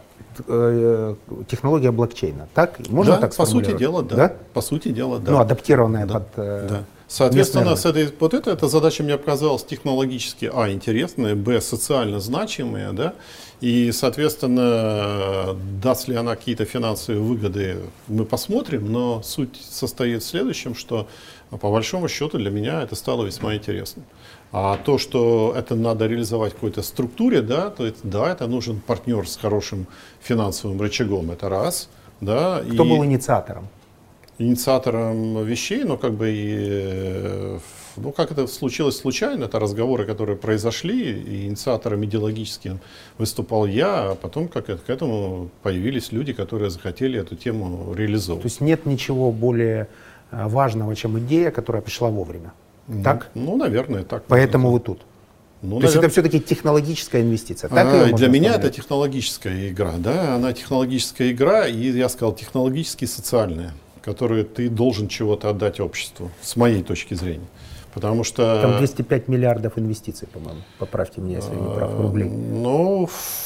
э, технология блокчейна, так? Можно да, так по сути сформулировать? дела, да. да. По сути дела, да. Ну, адаптированная да. под э, да. Соответственно, с местный этой, вот эта, эта задача мне показалась технологически, а, интересная, б, социально значимая, да, и, соответственно, даст ли она какие-то финансовые выгоды, мы посмотрим, но суть состоит в следующем, что, по большому счету, для меня это стало весьма интересным. А то, что это надо реализовать в какой-то структуре, да, то есть, да, это нужен партнер с хорошим финансовым рычагом, это раз, да. Кто и... был инициатором? Инициатором вещей, но как бы и, ну как это случилось случайно, это разговоры, которые произошли, и инициатором идеологическим выступал я, а потом как это, к этому появились люди, которые захотели эту тему реализовывать. То есть нет ничего более важного, чем идея, которая пришла вовремя. Ну, так? Ну, наверное, так. Поэтому вы тут. Ну, То наверное... есть это все-таки технологическая инвестиция. Так а, для меня сказать? это технологическая игра, да, она технологическая игра, и я сказал технологически социальная. которые ты должен чего-то отдать обществу, с моей точки зрения. Потому что... Там двести пять миллиардов инвестиций, по-моему. Поправьте меня, если я не прав, рублей. Ну,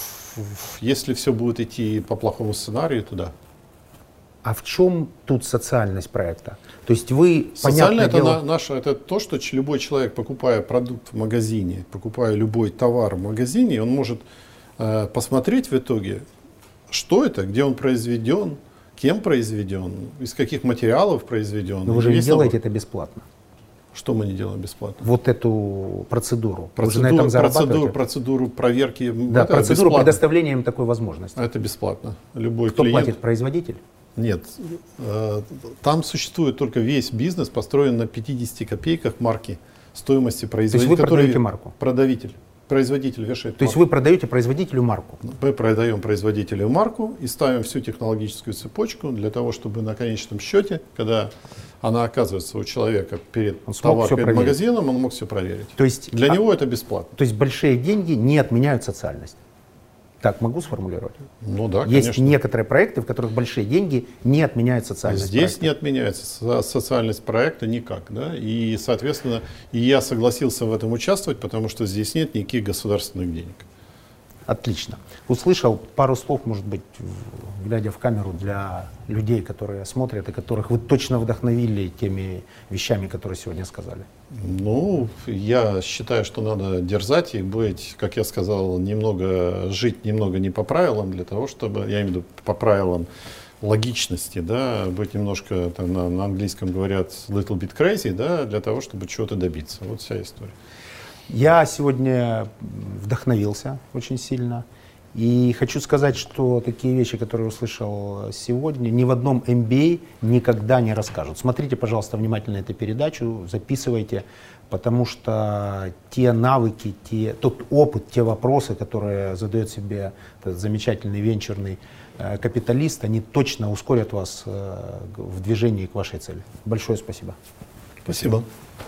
если все будет идти по плохому сценарию, то да. А в чем тут социальность проекта? То есть вы, Социальное это, дело... на, наше, это то, что любой человек, покупая продукт в магазине, покупая любой товар в магазине, он может э, посмотреть в итоге, что это, где он произведен, кем произведен, из каких материалов произведен. Но вы же не делаете это бесплатно. Что мы не делаем бесплатно? Вот эту процедуру. Процедуру, вы на этом процедуру, процедуру проверки. Да, процедуру бесплатно. Предоставления им такой возможности. Это бесплатно. Любой Кто клиент... платит? Производитель? Нет. Там существует только весь бизнес, построен на пятидесяти копейках марки стоимости производителя. То есть вы продаете марку? Продавитель. Производитель вешает То марку. есть вы продаете производителю марку? Мы продаем производителю марку и ставим всю технологическую цепочку для того, чтобы на конечном счете, когда она оказывается у человека перед товаром, перед проверить. магазином, он мог все проверить. То есть, для а, него это бесплатно. То есть большие деньги не отменяют социальность? Так могу сформулировать? Ну да, Есть конечно. некоторые проекты, в которых большие деньги не отменяют социальность Здесь проекта. не отменяется социальность проекта никак. Да? И, соответственно, и я согласился в этом участвовать, потому что здесь нет никаких государственных денег. Отлично. Услышал пару слов, может быть, глядя в камеру, для людей, которые смотрят и которых вы точно вдохновили теми вещами, которые сегодня сказали. Ну, я считаю, что надо дерзать и быть, как я сказал, немного жить немного не по правилам, для того, чтобы, я имею в виду по правилам логичности, да, быть немножко, там, на, на английском говорят little bit crazy, да, для того, чтобы чего-то добиться. Вот вся история. Я сегодня вдохновился очень сильно. И хочу сказать, что такие вещи, которые услышал сегодня, ни в одном эм би эй никогда не расскажут. Смотрите, пожалуйста, внимательно эту передачу, записывайте, потому что те навыки, те, тот опыт, те вопросы, которые задает себе этот замечательный венчурный э, капиталист, они точно ускорят вас э, в движении к вашей цели. Большое спасибо. Спасибо.